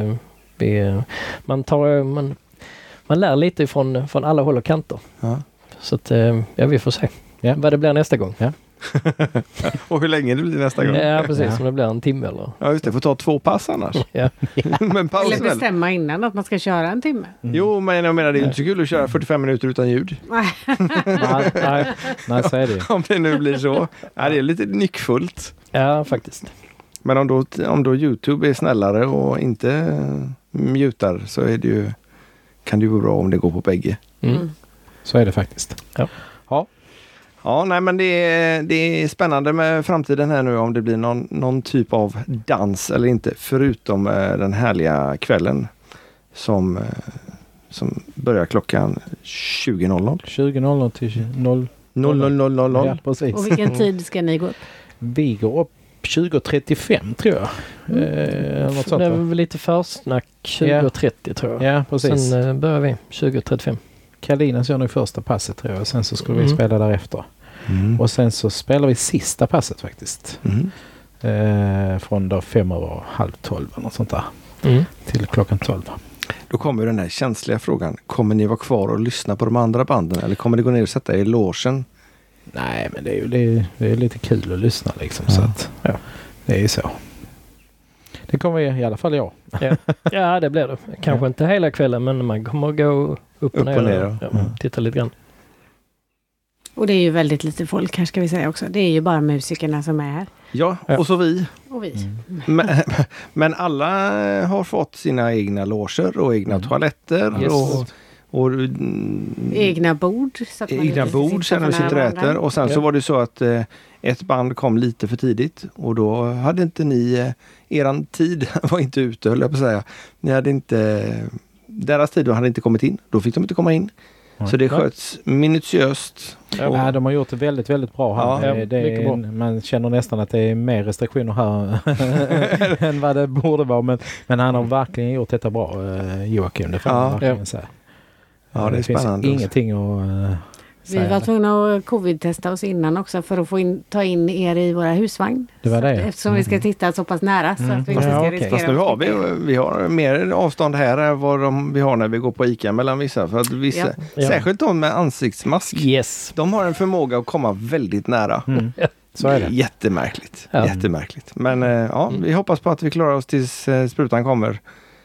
man lär lite från alla håll och kanter. Ja. Så att vi får se vad det blir nästa gång. Ja. Och hur länge det blir nästa gång. Ja, precis. Om det blir en timme eller... Ja, just det. Får ta 2 pass annars. Ja. Men paus eller bestämma innan att man ska köra en timme. Jo, men jag menar det är inte så kul att köra 45 minuter utan ljud. Nej, så är det. Om det nu blir så. Ja, det är lite nyckfullt. Ja, faktiskt. Men om då YouTube är snällare och inte mutar så är det ju, kan det ju vara bra om det går på bägge. Så är det faktiskt. Ja, nej men det är spännande med framtiden här nu om det blir någon typ av dans eller inte. Förutom den härliga kvällen som börjar klockan 20.00. 20.00 till 00.00. Ja, precis. Och vilken tid ska ni gå upp? Vi går upp 20.35 tror jag. Något sånt, det är väl lite försnack 20.30 tror jag. Ja, precis. Sen börjar vi 20.35. Karolina gör nu första passet tror jag. Sen så skulle vi spela därefter. Och sen så spelar vi sista passet faktiskt. Från då 11:30 eller något sånt där. Till klockan 12. Då kommer den här känsliga frågan. Kommer ni vara kvar och lyssna på de andra banden? Eller kommer ni gå ner och sätta er i logen? Nej, men det är lite kul att lyssna liksom. Så att, det är ju så. Det kommer i alla fall jag. Ja, det blir det. Kanske inte hela kvällen, men man kommer gå upp och ner. Titta lite grann. Och det är ju väldigt lite folk här ska vi säga också. Det är ju bara musikerna som är här. Ja, och så vi. Och vi. Men alla har fått sina egna loger och egna toaletter. Yes. Och egna bord. Så att man egna bord, sen och sitter och äter. Och sen så var det så att ett band kom lite för tidigt. Och då hade inte ni, eran tid var inte ute höll jag på att säga. Ni hade inte, deras tid hade inte kommit in. Då fick de inte komma in. Så det sköts minutiöst. Ja, de har gjort det väldigt, väldigt bra här. Ja, man känner nästan att det är mer restriktioner här än vad det borde vara. Men han har verkligen gjort detta bra, Joakim. Det får man verkligen säga. Ja, det är spännande. Finns ingenting att vi var tvungna att covid-testa oss innan också för att få ta in er i våra husvagn. Det var det. Eftersom vi ska titta så pass nära så att vi inte ska riskera. Fast nu har vi har mer avstånd här än vad vi har när vi går på ICA mellan vissa. För att vissa, särskilt de med ansiktsmask, de har en förmåga att komma väldigt nära. Så är det. Jättemärkligt. Jättemärkligt. Men vi hoppas på att vi klarar oss tills sprutan kommer.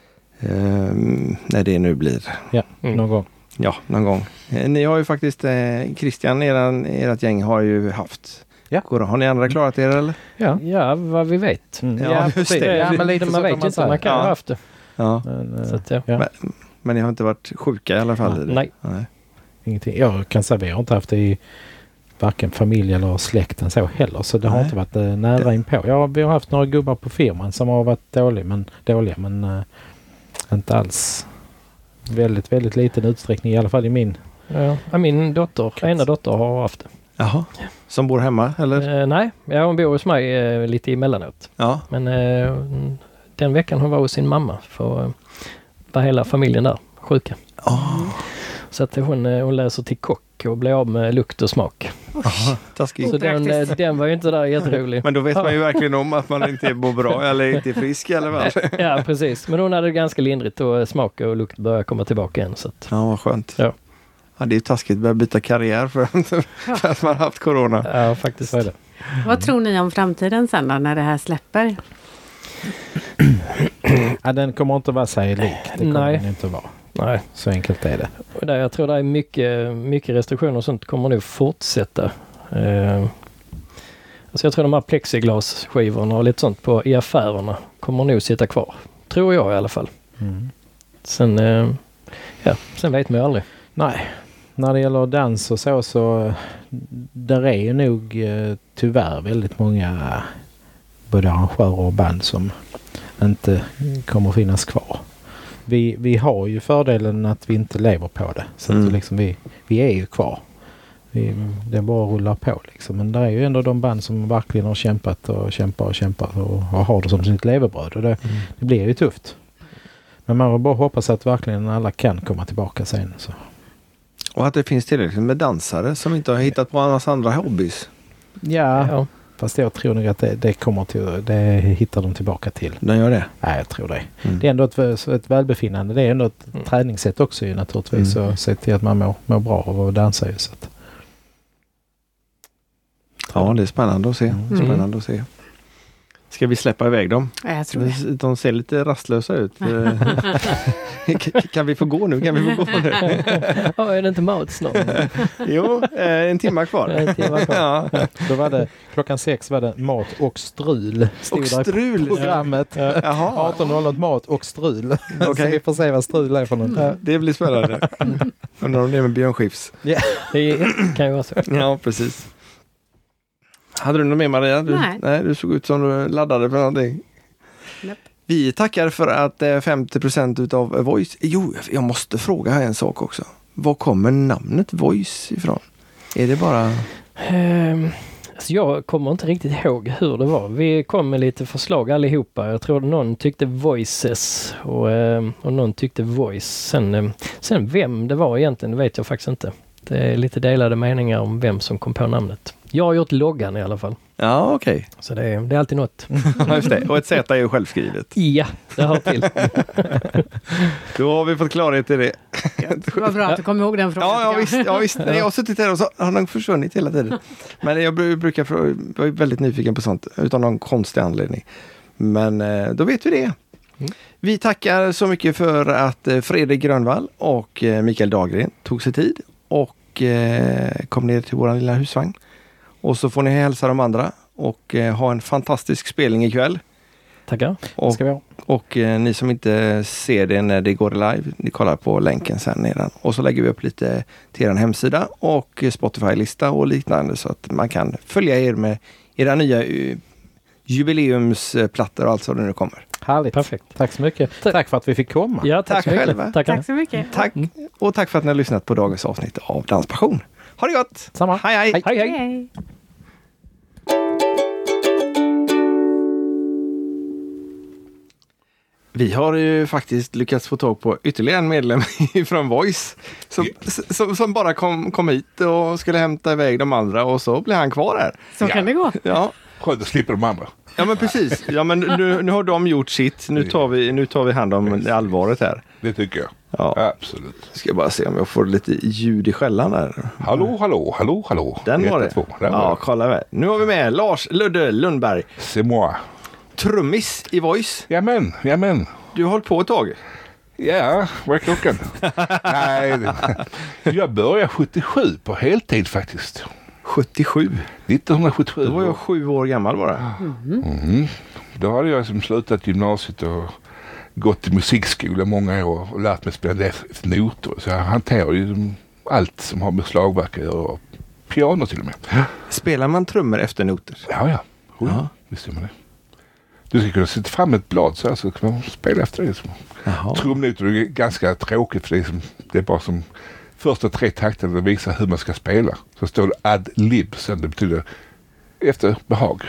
När det nu blir. Ja, någon gång. Ja, någon gång. Ni har ju faktiskt, Christian, ert gäng har ju haft. Ja. Har ni andra klarat er eller? Ja, vad vi vet. Ja, just det. Ja, men lite man vet inte, man kan ha haft det. Ja. Så att, men ni har inte varit sjuka i alla fall? Nej. Ingenting. Jag kan säga vi har inte haft det varken familj eller släkten så heller. Så det har inte varit nära inpå. Ja, vi har haft några gubbar på firman som har varit dåliga men inte alls väldigt, väldigt liten utsträckning i alla fall i min. Ja, min ena dotter har haft det. Jaha. Som bor hemma eller? Nej, hon bor hos mig lite emellanåt. Ja. Men den veckan hon var hos sin mamma för var hela familjen där sjuka. Så att hon läser till kock och blir av med lukt och smak. Taskigt. Så den var ju inte där jätterolig. Men då vet man ju verkligen om att man inte bor bra eller inte är frisk eller vad. Ja, precis. Men hon hade det ganska lindrigt och smak och lukt började komma tillbaka igen. Så att, Ja, vad skönt. Ja. Ja, det är ju taskigt att börja byta karriär för att man har haft corona. Ja, faktiskt var det. Vad tror ni om framtiden sen då, när det här släpper? Ja, den kommer inte att vara sig lik. Det kommer den inte att vara. Nej. Så enkelt är det. Och där, jag tror det är mycket restriktioner och sånt kommer nog fortsätta. Alltså jag tror de här plexiglasskivorna och lite sånt i affärerna kommer nog sitta kvar. Tror jag i alla fall. Sen vet man ju aldrig. Nej, när det gäller dans och så där är ju nog tyvärr väldigt många både arrangörer och band som inte kommer finnas kvar. Vi har ju fördelen att vi inte lever på det. Så att liksom vi är ju kvar. Det bara rullar på liksom. Men det är ju ändå de band som verkligen har kämpat och har det som sitt levebröd. Och det blir ju tufft. Men man har bara hoppas att verkligen alla kan komma tillbaka sen. Så. Och att det finns tillräckligt med dansare som inte har hittat på annars andra hobbys. Ja. Fast jag tror nog att det hittar de tillbaka till. Den gör det? Nej, jag tror det. Det är ändå ett välbefinnande. Det är ändå ett träningssätt också ju naturligtvis. Så se till att man mår bra av att dansa ju. Så att. Ja, det är spännande att se. Ska vi släppa iväg dem? Ja, jag tror det. De ser lite rastlösa ut. Kan vi få gå nu? Ja, är det inte mat snart? Jo, en timme kvar. Ja. Då var det, 6:00 var det mat och strul. Och strul? Programmet. Jaha. 18:00 mat och strul. Okay. Så vi får se vad strul är för något. Det blir spännande. Undrar om det är med Björn Skifs. Det kan ju vara så. Ja, precis. Hade du något mer, Maria? Nej, du såg ut som du laddade för någonting. Nope. Vi tackar för att 50% utav Voice... Jo, jag måste fråga här en sak också. Var kommer namnet Voice ifrån? Är det bara... Alltså jag kommer inte riktigt ihåg hur det var. Vi kom med lite förslag allihopa. Jag tror någon tyckte Voices och någon tyckte Voice. Sen vem det var egentligen, det vet jag faktiskt inte. Det är lite delade meningar om vem som kom på namnet. Jag har gjort loggan i alla fall. Ja, okej. Så det är alltid något. Just det. Och ett Z är ju självskrivet. Ja, det hör till. Då har vi fått klarhet i det. Det var bra att du kom ihåg den frågan. Ja, visst. Nej, jag har suttit här och så har den försvunnit hela tiden. Men jag brukar vara väldigt nyfiken på sånt utan någon konstig anledning. Men då vet vi det. Vi tackar så mycket för att Fredrik Grönvall och Mikael Dahlgren tog sig tid och kom ner till vår lilla husvagn. Och så får ni hälsa de andra och ha en fantastisk spelning ikväll. Tackar. Och ni som inte ser det när det går live, ni kollar på länken sen nedan. Och så lägger vi upp lite till er hemsida och Spotify-lista och liknande så att man kan följa er med era nya jubileumsplattor och allt så det nu kommer. Härligt. Perfekt. Tack så mycket. Tack för att vi fick komma. Ja, tack så mycket. Själva. Tack så mycket. Tack. Och tack för att ni har lyssnat på dagens avsnitt av Danspassion. Ha det gott! Samma. Hej. Hej. Vi har ju faktiskt lyckats få tag på ytterligare en medlem från Voice som bara kom hit och skulle hämta iväg de andra och så blev han kvar här. Så kan det gå. Ja. Skönt att slippa de andra. Ja, men precis. Ja, men nu har de gjort sitt. Nu tar vi hand om allvaret här. Det tycker jag. Ja. Absolut. Ska bara se om jag får lite ljud i skällan där. Hallå. Den var det. Ja, kolla väl. Nu har vi med Lars Ludde Lundberg. C'est moi. Trummis i Voice. Jamen. Du har hållit på ett tag. Ja, vad är klockan? Nej, jag började 77 på heltid faktiskt. 77. 1977. Då var jag 7 år gammal bara. Då hade jag som slutat gymnasiet och gått till musikskola många år och lärt mig spela noter. Så jag hanterar ju allt som har med slagverk att göra. piano till och med. Spelar man trummor efter noter? Ja. Ja. Visst gör man det. Du ska kunna sätta fram ett blad så kan man spela efter det. Trumnoter är ganska tråkigt för det är bara som första 3 takterna det visar hur man ska spela. Så står det ad lib, sen det betyder efter behag.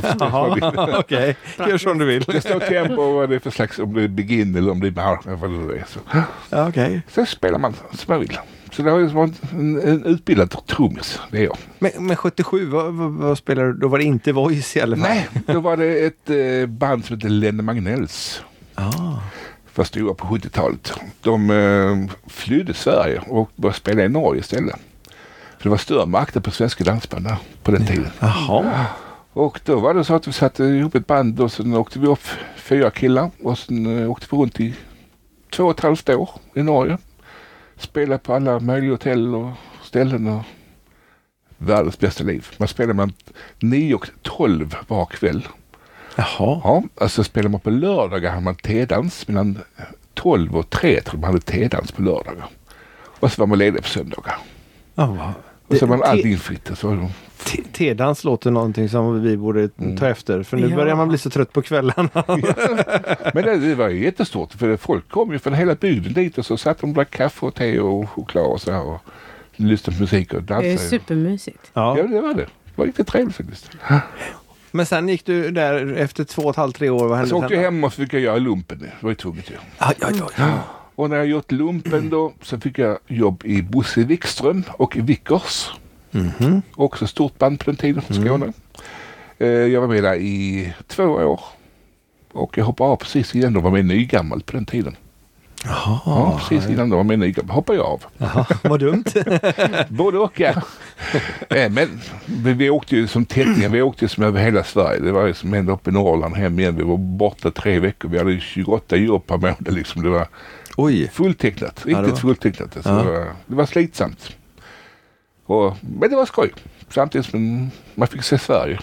Okej, gör som du vill. Det står tempo och vad det är för slags, om det är begin eller om det är behag, vad det är. Okej. Så spelar man som man vill. Så det har ju varit en utbildad trummis, det är jag. Men 77, vad spelar du? Då var det inte Voice i alla fall? Nej, då var det ett band som heter Lenne Magnells. Fast stora på 70-talet. De flydde Sverige och började spela i Norge istället. För det var större makter på svenska dansband där på den tiden. Jaha. Och då var det så att vi satte ihop ett band och sen åkte vi upp 4 killar och sen åkte vi runt i 2,5 år i Norge. Spelade på alla möjliga hotell och ställen och världens bästa liv. Man spelade mellan 9 och 12 var kväll. Jaha. Ja, alltså spelar man på lördagar hade man tedans mellan 12 och 3 tror man hade tedans på lördagar. Och så var man ledig på söndagar. Och så var man allting fritt. Tedans låter någonting som vi borde ta efter. För nu börjar man bli så trött på kvällarna. Men det var ju jättestort. För folk kom ju från hela bygden dit. Och så satt de och drack kaffe och te och choklad och så här. Och lyssnade på musik och dansade. Det är supermysigt. Ja, det var det. Det var riktigt trevligt faktiskt. Men sen gick du där efter 2,5-3 år. Vad hände så åkte jag hem och så fick jag göra lumpen. Det var ju tvunget ju. Ja. Och när jag gjort lumpen då så fick jag jobb i Bosse Wikström och Vickers. Också stort band på den tiden från Skåne. Jag var med där i 2 år. Och jag hoppade av precis innan de var med Nygammal på den tiden. Jaha. Ja, precis innan de var med Nygammal hoppade jag av. Jaha, vad dumt. Både och ja. Men vi åkte ju som täckningar, vi åkte som över hela Sverige. Det var ju som ända upp i Norrland hem igen. Vi var borta 3 veckor. Vi hade 28 jobb per månad liksom. Det var fulltecknat, riktigt fulltecknat. Så det var slitsamt. Men det var skoj. Samtidigt som man fick se Sverige.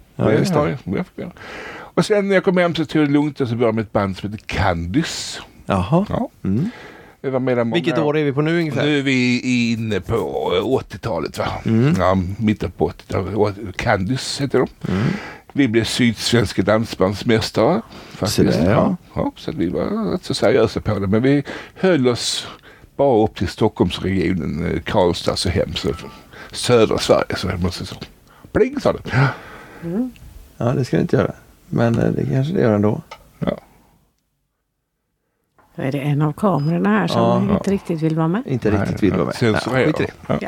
Och sen när jag kom hem så tog det lugnt och så började med ett band som heter Candice. Jaha. Ja. Jag var med där många Vilket år är vi på nu ungefär? Nu är vi inne på 80-talet va? Ja, mitten på 80-talet. Candice heter de. Vi blev sydsvenska dansbandsmästare. Faktiskt. Ja, så vi var rätt så seriösa på det. Men vi höll oss bara upp till Stockholmsregionen, Karlstad och hem. Så södra Sverige så måste jag säga. Pling sa det. Ja, det ska det inte göra. Men det kanske det gör ändå. Ja. Då är det en av kamerorna här som inte riktigt vill vara med. Inte riktigt vill vara med. Censurera.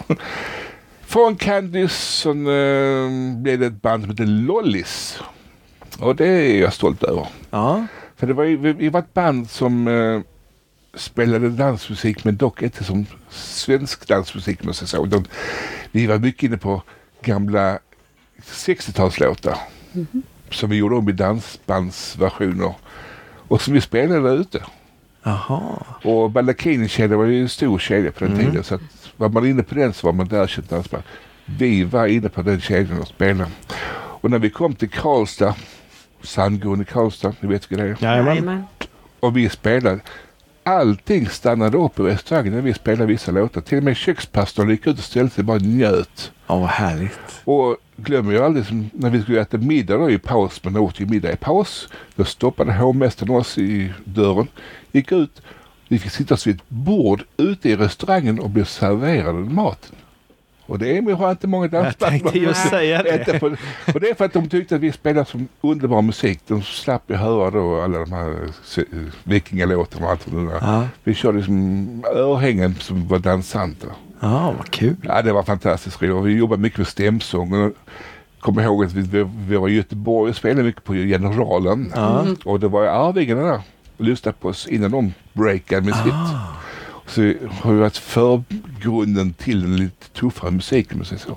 Från Candice blev det ett band som heter Lollis. Och det är jag stolt över. Ja. För det var vi var ett band som spelade dansmusik men dock inte som svensk dansmusik måste jag säga. Vi var mycket inne på gamla 60-talslåtar som vi gjorde om i dansbandsversioner och som vi spelade där ute. Jaha. Och Baldacchini-kedjan var ju en stor kedja på den tiden så att var man inne på den så var man där köpt dansband. Vi var inne på den kedjan och spelade. Och när vi kom till Karlstad, Sandgården i Karlstad, ni vet vilka det är. Jajamän. Och vi spelade. Allting stannade upp i restaurangen när vi spelade vissa låtar. Till och med kökspastorn gick ut och ställde sig bara njöt. Ja, vad härligt. Och glömmer jag aldrig som när vi skulle äta middag då i paus, man åt ju middag i paus. Då stoppade hovmästaren oss i dörren, gick ut. Vi fick sitta vid ett bord ute i restaurangen och bli serverade maten. Och det har inte många dansband. Jag tänkte just säga det. Och det är för att de tyckte att vi spelade som underbar musik. De slapp ju höra då alla de här vikingalåtarna och allt det där. Ja. Vi körde som örhängen som var dansanter. Ja, vad kul. Ja, det var fantastiskt. Vi jobbade mycket med stämsång. Och kom ihåg att vi var i Göteborg och spelade mycket på Generalen. Ja. Och det var Arvingarna där och lyssnade på oss innan de breakade med sitt. Så har vi varit förgrunden till den lite tuffare musiken, måste jag säga.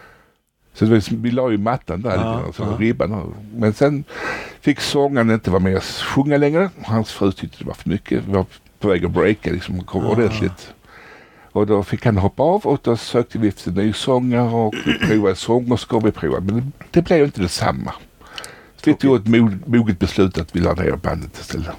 Så vi la ju mattan där lite, så ribban. Men sen fick sångaren inte vara med och sjunga längre. Hans fru tyckte det var för mycket. Vi var på väg att breaka liksom, och kom ordentligt. Och då fick han hoppa av och då sökte vi efter ny sångare och provade sång och ska vi prova. Men det blev inte detsamma. Så vi tog ett moget beslut att vi la ner bandet istället.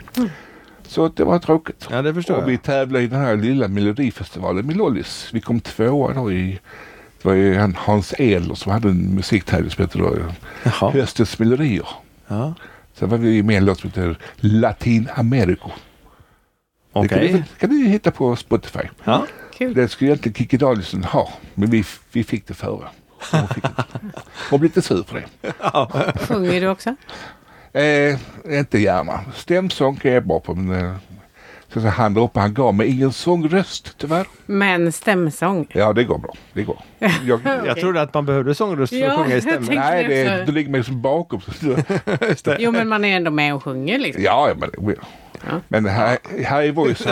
Så det var tråkigt. Ja, det förstår jag. Och vi tävlade i den här lilla melodifestivalen med Lollis. Vi kom 2 då i Det var ju Hans Ehler som hade en musiktävling som heter Höstens melodier. Ja. Sen var vi med en låt som heter Latinamerika. Okej. Det kan du hitta på Spotify. Ja. Kul. Det skulle egentligen Kikki Danielsson ha, men vi fick det före. Hon blev lite sur för det. Sjunger du också? Inte gärna. Stämsång är jag bra på, men så han där uppe, han gav mig ingen sångröst tyvärr. Men stämsång? Ja, det går bra. Det går. Jag trodde att man behövde sångröst för att sjunga i stämmen. Nej, det ligger mig som bakom. Jo, men man är ändå med och sjunger liksom. Ja, men här i Voice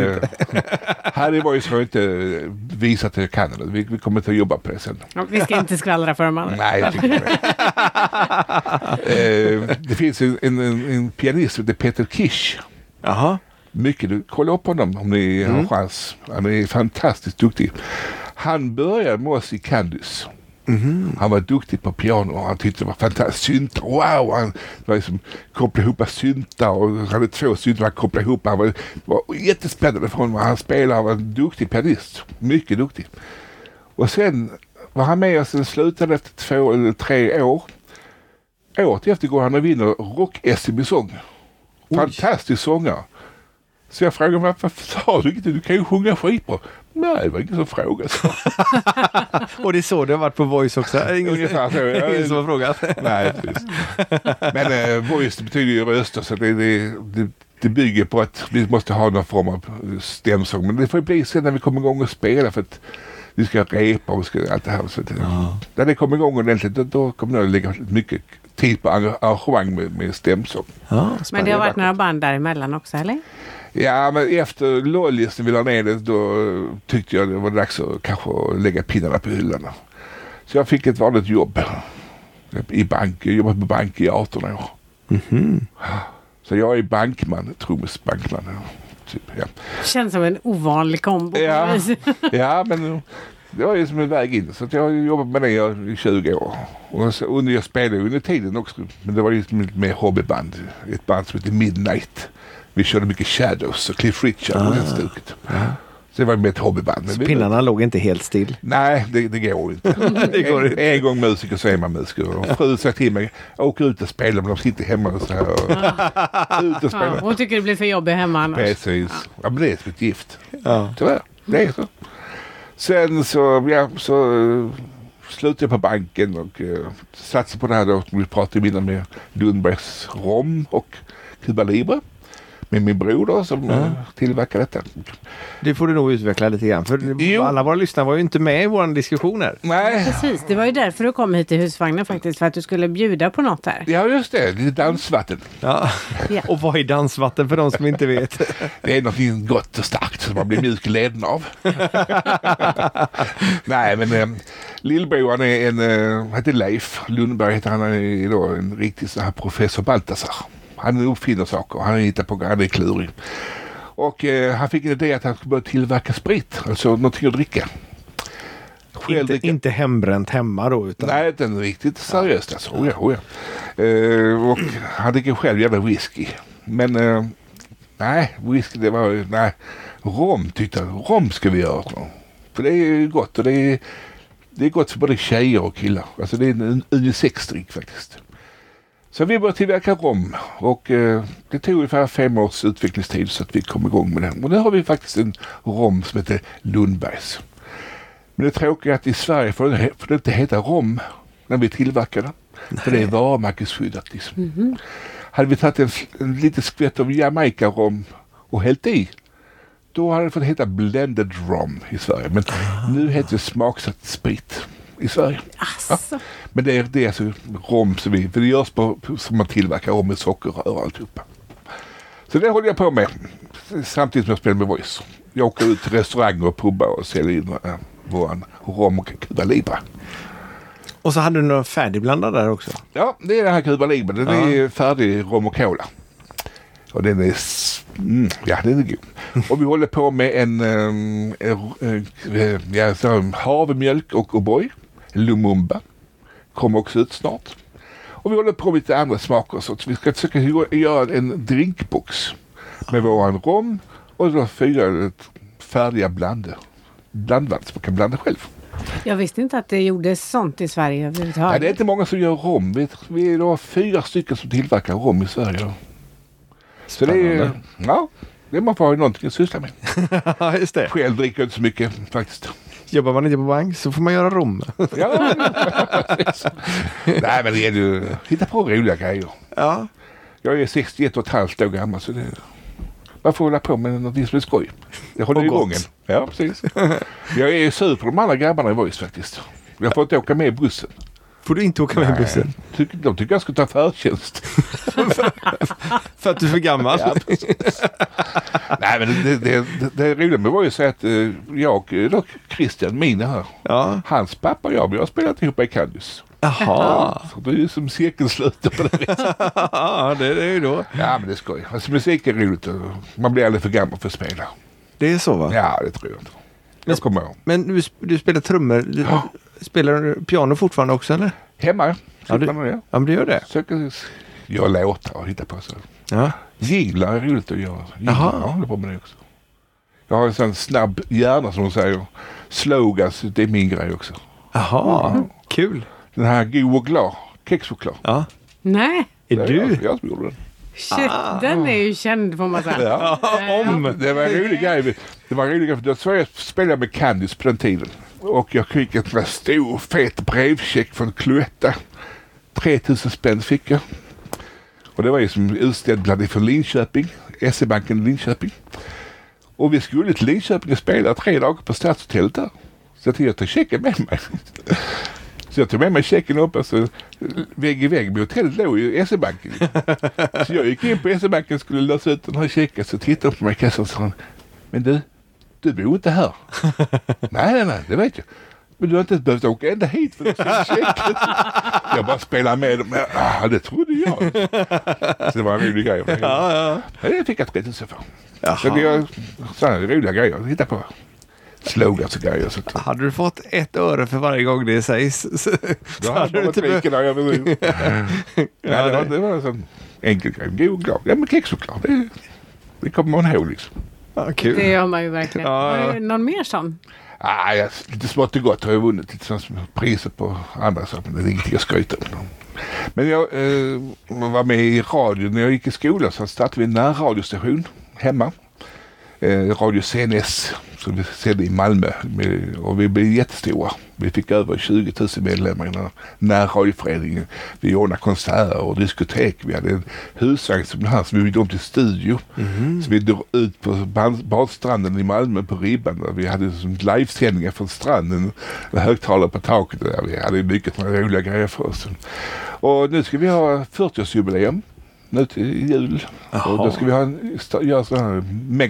har jag inte visat att jag kan det. Vi kommer inte att jobba på det sen. Ja, vi ska inte skvallra för dem alla. Nej, jag tycker det. Det finns en pianist som heter Peter Kish. Jaha. Mycket, kolla upp honom om ni har chans. Han är fantastiskt duktig. Han började med oss i Candice. Han var duktig på piano och han tyckte det var fantastiskt. Syntar, wow! Han var liksom kopplade ihop syntar och han hade 2 syntar han kopplade ihop. Han var jättespännande för honom. Han spelade, han var en duktig pianist. Mycket duktig. Och sen var han med oss, sen slutade efter 2 eller 3 år. Året efter går han och vinner rock-SM i sång. Fantastisk sångare. Så jag frågade mig, varför sa du inte? Du kan ju sjunga skitbra. Nej, det var ingen som frågade. Och det är så det har varit på Voice också. Ingen som har frågat. Nej, precis. Men Voice betyder ju röster, så det bygger på att vi måste ha någon form av stämsång. Men det får bli sen när vi kommer igång och spela, för att vi ska repa och allt det här. Så när det kommer igång ordentligt, då kommer det att lägga mycket tid på arrangemang med stämsång. Ja, men det har varit några band däremellan också, eller? Ja, men efter Lollis när vi la ner det, då tyckte jag det var dags att kanske lägga pinnarna på hyllorna. Så jag fick ett vanligt jobb i bank. Jag jobbade på bank i 18 år. Så jag är bankman, trummisbankman. Typ, ja. Känns som en ovanlig kombo. Ja, men det var ju som en väg in. Så att jag har jobbat med det i 20 år. Och så, jag spelade under tiden också. Men det var ju med hobbyband. Ett band som heter Midnight. Vi körde mycket Shadows och Cliff Richard och den stuket. Så det var med ett hobbyband. Så pinnarna låg inte helt still? Nej, det går inte. Det går inte. En gång musiker så är man musiker. Och fru sa till mig, åker ut och spelar, men de sitter hemma och så här. Ut och spelar. Hon tycker det blir för jobbigt hemma annars. Precis. Ja, men det är som ett gift. Tyvärr, det är så. Sen så slutade jag på banken och satsade på det här då. Vi pratade innan med Lundbergs Rom och Cuba Libre. Med min bror då, som tillverkar detta. Det får du nog utveckla lite grann. För alla våra lyssnare var ju inte med i vår diskussion här. Nej. Precis, det var ju därför du kom hit till husvagnen faktiskt. För att du skulle bjuda på något här. Ja, just det. Lite dansvatten. Ja. Och vad är dansvatten för de som inte vet? Det är något gott och starkt som man blir mjuk i leden av. Nej, men lillbror är heter Leif Lundberg. Han är då en riktig så här professor Baltasar. Han uppfinner saker. Han hittar på, han är klurig. Och han fick en idé att han skulle börja tillverka sprit. Alltså någonting att dricka. Inte hembränt hemma då? Utan... Nej, inte riktigt seriöst. Alltså. Och han dricker själv jävla whisky. Men nej, whisky det var... Nej, rom tyckte jag. Rom ska vi göra. För det är gott. Och det är gott för både tjejer och killar. Alltså det är en unisex-drink faktiskt. Så vi började tillverka rom och det tog ungefär 5 års utvecklingstid så att vi kom igång med den. Och nu har vi faktiskt en rom som heter Lundbergs. Men det tråkiga är att i Sverige får det inte heta rom när vi tillverkar den. För det är varumärkesskyddat liksom. Hade vi tagit en liten skvätt av Jamaica-rom och hällt i, då hade det fått heta blended rom i Sverige. Men nu heter det smaksatt sprit i Sverige. Ja. Men det är alltså rom som för det görs som man tillverkar rom med sockerrör och alltihopa. Så det håller jag på med samtidigt som jag spelar med Voice. Jag åker ut till restauranger och pubbar och säljer in våran rom och Cuba Libre. Och så hade du några färdigblandade där också? Ja, det är den här Cuba Libre. Den är färdig rom och cola. Och den är den är god. Och vi håller på med en havemjölk och O'boy. Lumumba kommer också ut snart. Och vi håller på med lite andra smaker så att vi ska försöka göra en drinkbox med våran rom och då 4 färdiga blandvand som man kan blanda själv. Jag visste inte att det gjordes sånt i Sverige överhuvudtaget. Nej, det är inte många som gör rom. Vi är då 4 stycken som tillverkar rom i Sverige. Så det är, ja, det man får ha någonting att syssla med. Ja, just det. Själv dricker jag inte så mycket faktiskt. Jobbar man inte på bank så får man göra rom. Ja, nej, men det är ju hitta på roliga grejer. Ja. Jag är 61,5 år gammal så det man får hålla på med något som är skoj. Det håller igång en. Ja, precis. Jag är sur på de andra grabbarna i Voice faktiskt. Jag får inte åka med i bussen. Får du inte åka med i bussen? De tycker jag ska ta förtjänst. För att du är för gammal? Ja, nej, men det roliga med Voice är att jag och Christian, mina här, hans pappa och jag, vi har spelat ihop i Candice. Jaha. Så det är ju som cirkelslutet på det viset. Ja, det är ju då. Ja, men det är skoj. Alltså musik är roligt och man blir aldrig för gammal för att spela. Det är så, va? Ja, det tror jag inte. Jag kommer ihåg. Men du spelar trummor. Spelar du piano fortfarande också, eller? Hemma. Ja, men du gör det. Söker jag låtar och hitta på så. Ja. Jinglar är roligt att göra. Jaha. Ja, det är bra med det också. Jag har en sån snabb hjärna som de säger. Slogans, det är min grej också. Jaha, kul. Den här god och glad, kexchoklad. Ja. Nej. Är du? Jag som gjorde den. Shit, den är ju känd får man säga. Ja. Det var en rolig grej. Det var en rolig grej för jag spelade med Candice på den tiden. Och jag fick en stor fet brevcheck från Cloetta. 3000 spänn fick jag. Och det var ju som utställd från Linköping. SE-banken Linköping. Och vi skulle till Linköping och spela 3 dagar på Stadshotellet där. Så jag tog checken med mig. Så jag tog med mig checken upp och så vägg i vägg med hotellet låg ju SE-banken. Så jag gick in på SE-banken och skulle lösa ut den här checken. Så tittade de på mig och sa, men du bor inte här. nej, det vet jag. Men du har inte behövt åka ända hit för att se checken. Jag bara spelar med dem. Det trodde jag. Så det var en rolig grej. Ja. Det fick jag 3000 för. Så det är sådana roliga grejer att hitta på. Slogans och grejer. Så. Hade du fått 1 öre för varje gång det sägs? Då hade du inte viken där. Det var en sån enkel grej. God och glad. Ja, men kexchoklad. Det kommer man ihåg liksom. Ja, kul. Det gör man ju verkligen. Ja. Någon mer sån? Lite smått och gott har jag vunnit lite sånt priser på andra saker. Men det är ingenting jag skryter om. Men jag var med i radio när jag gick i skolan. Så startade vi en närradiostation hemma. Radio CNS som vi sände i Malmö och vi blev jättestora. Vi fick över 20 000 medlemmar i den närradioföreningen. Vi ordnade konserter och diskotek. Vi hade en husvagn som vi byggde om till studio. Så vi drog ut på badstranden i Malmö på Ribban. Vi hade livesändningar från stranden med högtalare på taket. Vi hade mycket roliga grejer för oss. Och nu ska vi ha 40-årsjubileum. Nu till jul. Och då ska vi göra sån här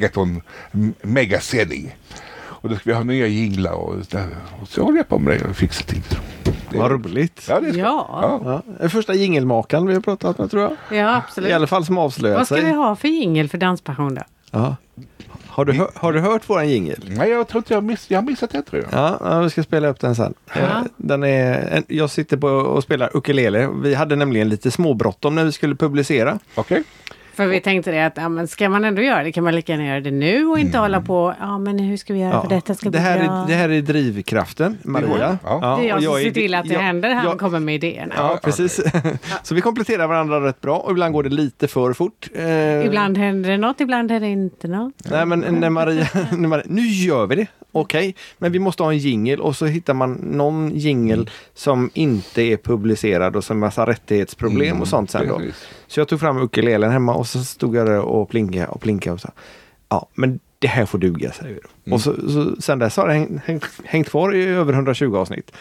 megasändning. Och då ska vi ha nya jinglar och så håller jag på med det och fixar till det. Vad roligt. Ja, det är Ja. Den första jingelmakaren vi har pratat med, tror jag. Ja, absolut. I alla fall som avslöjar Vad ska sig. vi ha för jingel för Danspassion då? Ja. Har du hört våran jingel? Nej, jag tror inte jag har missat det, tror jag. Ja, vi ska spela upp den sen. Den jag sitter på och spelar ukulele. Vi hade nämligen lite småbråttom när vi skulle publicera. Okej. För vi tänkte det att men ska man ändå göra det kan man lika gärna göra det nu och inte hålla på, men hur ska vi göra för detta ska bli bra. Det här är drivkraften, Maria. Ja. Det är jag och som ser till att det händer, han kommer med idéerna. Ja, precis. Så vi kompletterar varandra rätt bra och ibland går det lite för fort. Ibland händer det något, ibland händer det inte något. Nej, men när Maria nu gör vi det. Okej, men vi måste ha en jingle och så hittar man någon jingle som inte är publicerad och som har massa rättighetsproblem och sånt sen då. Så jag tog fram ukulelen hemma och så stod jag där och plinkade och så. Ja, men det här får duga, säger vi då. Och så sen dess har det hängt kvar i över 120 avsnitt.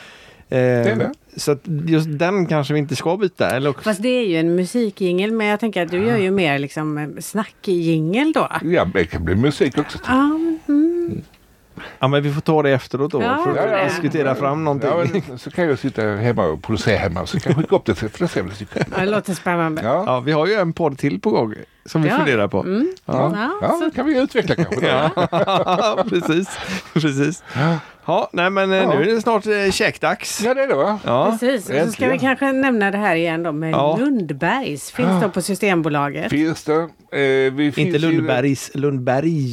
Så att just den kanske vi inte ska byta. Eller? Fast det är ju en musikjingel, men jag tänker att du gör ju mer liksom snackjingel då. Ja, det kan bli musik också. Ja, men vi får ta det efteråt då för att diskutera fram någonting. Ja, men, så kan jag sitta hemma och producera hemma så kan jag skicka upp det för det ser det låter spännande. Ja, vi har ju en podd till på gång som vi funderar på. Det kan vi utveckla kanske. Ja, precis. Ja, nej men nu är det snart käkdags. Ja, det är det, va? Ja. Precis, och så ska vi kanske nämna det här igen då med Lundbergs. Finns då på Systembolaget. Finns det? Inte Lundbergs, Lundberg.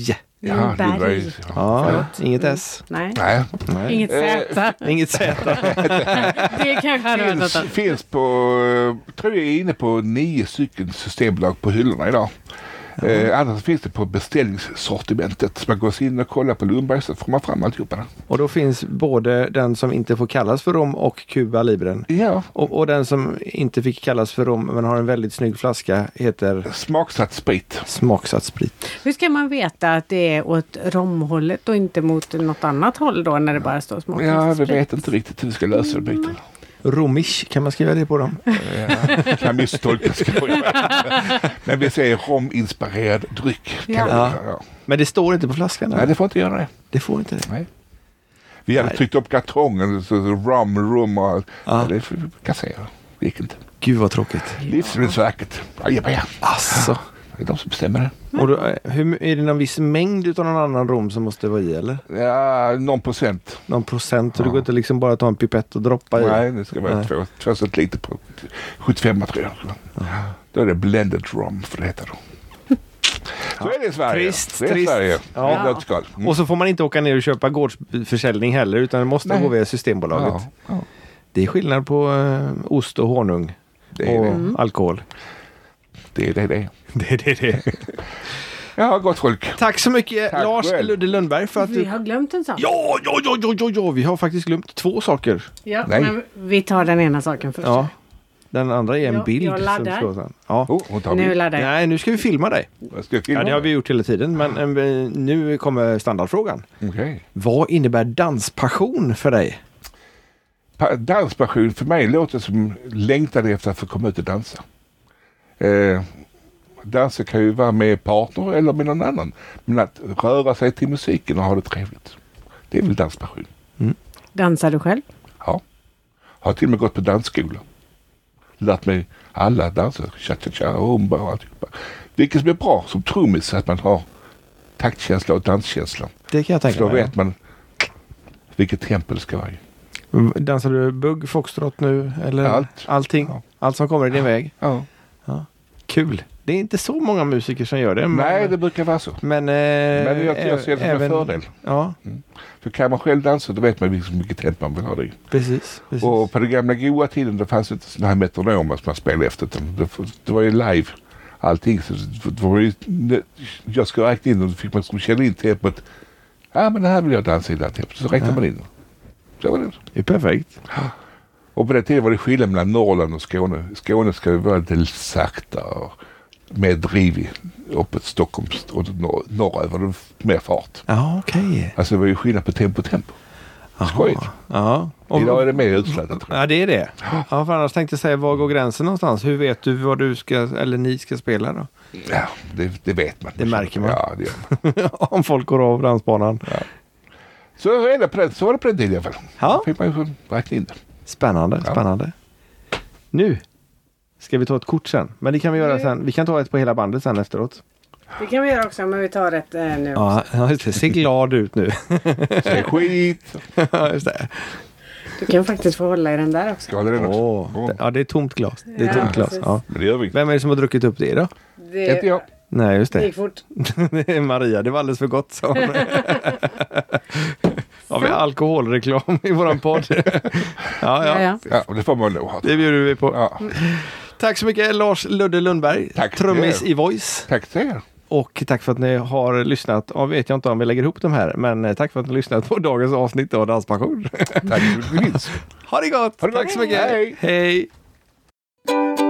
Ja, Lundberg. Ja, inget S. Nej, Nej. inget Z. Inget Z. Det kanske hade varit något. Finns på, tror jag är inne på 9 stycken systembolag på hyllorna idag. Annars finns det på beställningssortimentet. Så man går in och kollar på Lundberg så får man fram alltihopa. Och då finns både den som inte får kallas för rom och Cuba Libren. Ja. Och den som inte fick kallas för rom men har en väldigt snygg flaska heter Smaksatt sprit. smaksatt sprit. Hur ska man veta att det är åt romhållet och inte mot något annat håll då när det bara står smaksatt Ja, vi sprit? vet inte riktigt hur vi ska lösa det. Romish, kan man skriva det på dem? Kan misstolka, ska jag. Men vi säger rominspirerad dryck. Kan Ja. ja. Men det står inte på flaskan? Nej, det får inte göra det. Det får inte det. Nej. Vi hade tryckt upp kartongen, så rum och allt. Ja. Det får vi kassera. Det gick inte. Gud vad tråkigt. Livsmedelsverket. Ajabaja. Asså. Det är de som bestämmer det. Och då, är det någon viss mängd utav någon annan rom som måste vara i eller? Ja, någon procent. Någon procent? Så det går inte liksom bara ta en pipett och droppa i? Nej, det ska vara 2 centiliter på 75 tror jag. Då är det blended rom, för det heter då. Så är det i Sverige. Trist, det är trist. Sverige. Ja. Ja. Nötskal. Och så får man inte åka ner och köpa gårdsförsäljning heller utan det måste Nej. gå via Systembolaget. Ja. Ja. Det är skillnad på ost och honung Det är och det. alkohol. Det är det. Det. Ja, gott folk. Tack så mycket Tack Lars själv. Ludde Lundberg för att Vi du... har glömt en sak. Ja, vi har faktiskt glömt 2 saker. Ja, Nej. men vi tar den ena saken först. Ja. Den andra är en Jag bild. laddar. som står sen. Ja. Hon tar Nu vi. laddar jag. Nej, nu ska vi filma dig. Ska jag filma? Ja, det har vi gjort hela tiden. Men nu kommer standardfrågan. Okej. Vad innebär danspassion för dig? Danspassion för mig låter som längtade efter att få komma ut och dansa. Dansa kan ju vara med partner eller med någon annan. Men att röra sig till musiken och ha det trevligt. Det är väl danspassion. Dansar du själv? Ja. Har till och med gått på dansskola. Lärt mig alla danser. Cha-cha-cha och humba och alltihopa. Vilket som är bra som trummis att man har taktkänsla och danskänsla. Det kan jag För tänka då mig. vet man vilket tempo det ska vara i. Dansar du bugg, foxtrot nu? Eller Allt. Allting? Ja. Allt som kommer i din väg? Ja. Kul. Det är inte så många musiker som gör det. Nej, det brukar vara så. Men Men jag ser det som en fördel. Ja, För kan man själv dansa då vet man vilket tempo man vill ha det i. precis. Och på den gamla goa tiden då fanns det inte sådana här metronomer som man spelade efter. Det var ju live allting. Så det var ju, jag skulle räkna in och då fick man känna in tempot. Ja, men det här vill jag dansa i det här tempot. Så räknar man in. Så var det. Det är perfekt. Och på den tiden var det skillnad mellan Norrland och Skåne. Skåne ska ju vara lite sakta och mer drivig uppåt Stockholm och norröver. Det var mer fart. Ja, okej. Alltså det var ju skillnad på tempo. Skojigt. Ja. Idag är det mer utslätat. Ja, det är det. Ja, för annars tänkte jag säga, var går gränsen någonstans? Hur vet du vad du ska, eller ni ska spela då? Ja, det vet man. Det märker man. Ja, det gör man. Om folk går av dansbanan. Så var det på den tiden i alla fall. Ja. Fick man ju räkna in det. Spännande, Ja. spännande. Nu ska vi ta ett kort sen. Men det kan vi göra sen. Vi kan ta ett på hela bandet sen efteråt. Det kan vi göra också, men vi tar ett nu. Ja, just det. Se glad ut nu. Säg skit. Ja, just det. Du kan faktiskt få hålla i den där också. Ska jag hålla den också? Åh. Ja, det är tomt glas. Det är Ja, tomt glas. precis. Ja. Men det gör vi inte. Vem är det som har druckit upp det då? Inte jag. Nej, just Det det. gick fort. Det är Maria. Det var alldeles för gott. Så. Har vi alkoholreklam i våran podd? Ja. Ja, och det får man nog ha. Det bjuder vi på. Ja. Tack så mycket Lars Ludde Lundberg. Tack. Trummis i Voice. Tack till er. Och tack för att ni har lyssnat. Ja, vet jag inte om vi lägger ihop de här. Men tack för att ni har lyssnat på dagens avsnitt av Danspassion. Tack för att du finns. Ha det gott! Ha det gott. Tack så mycket! Hej. Hej.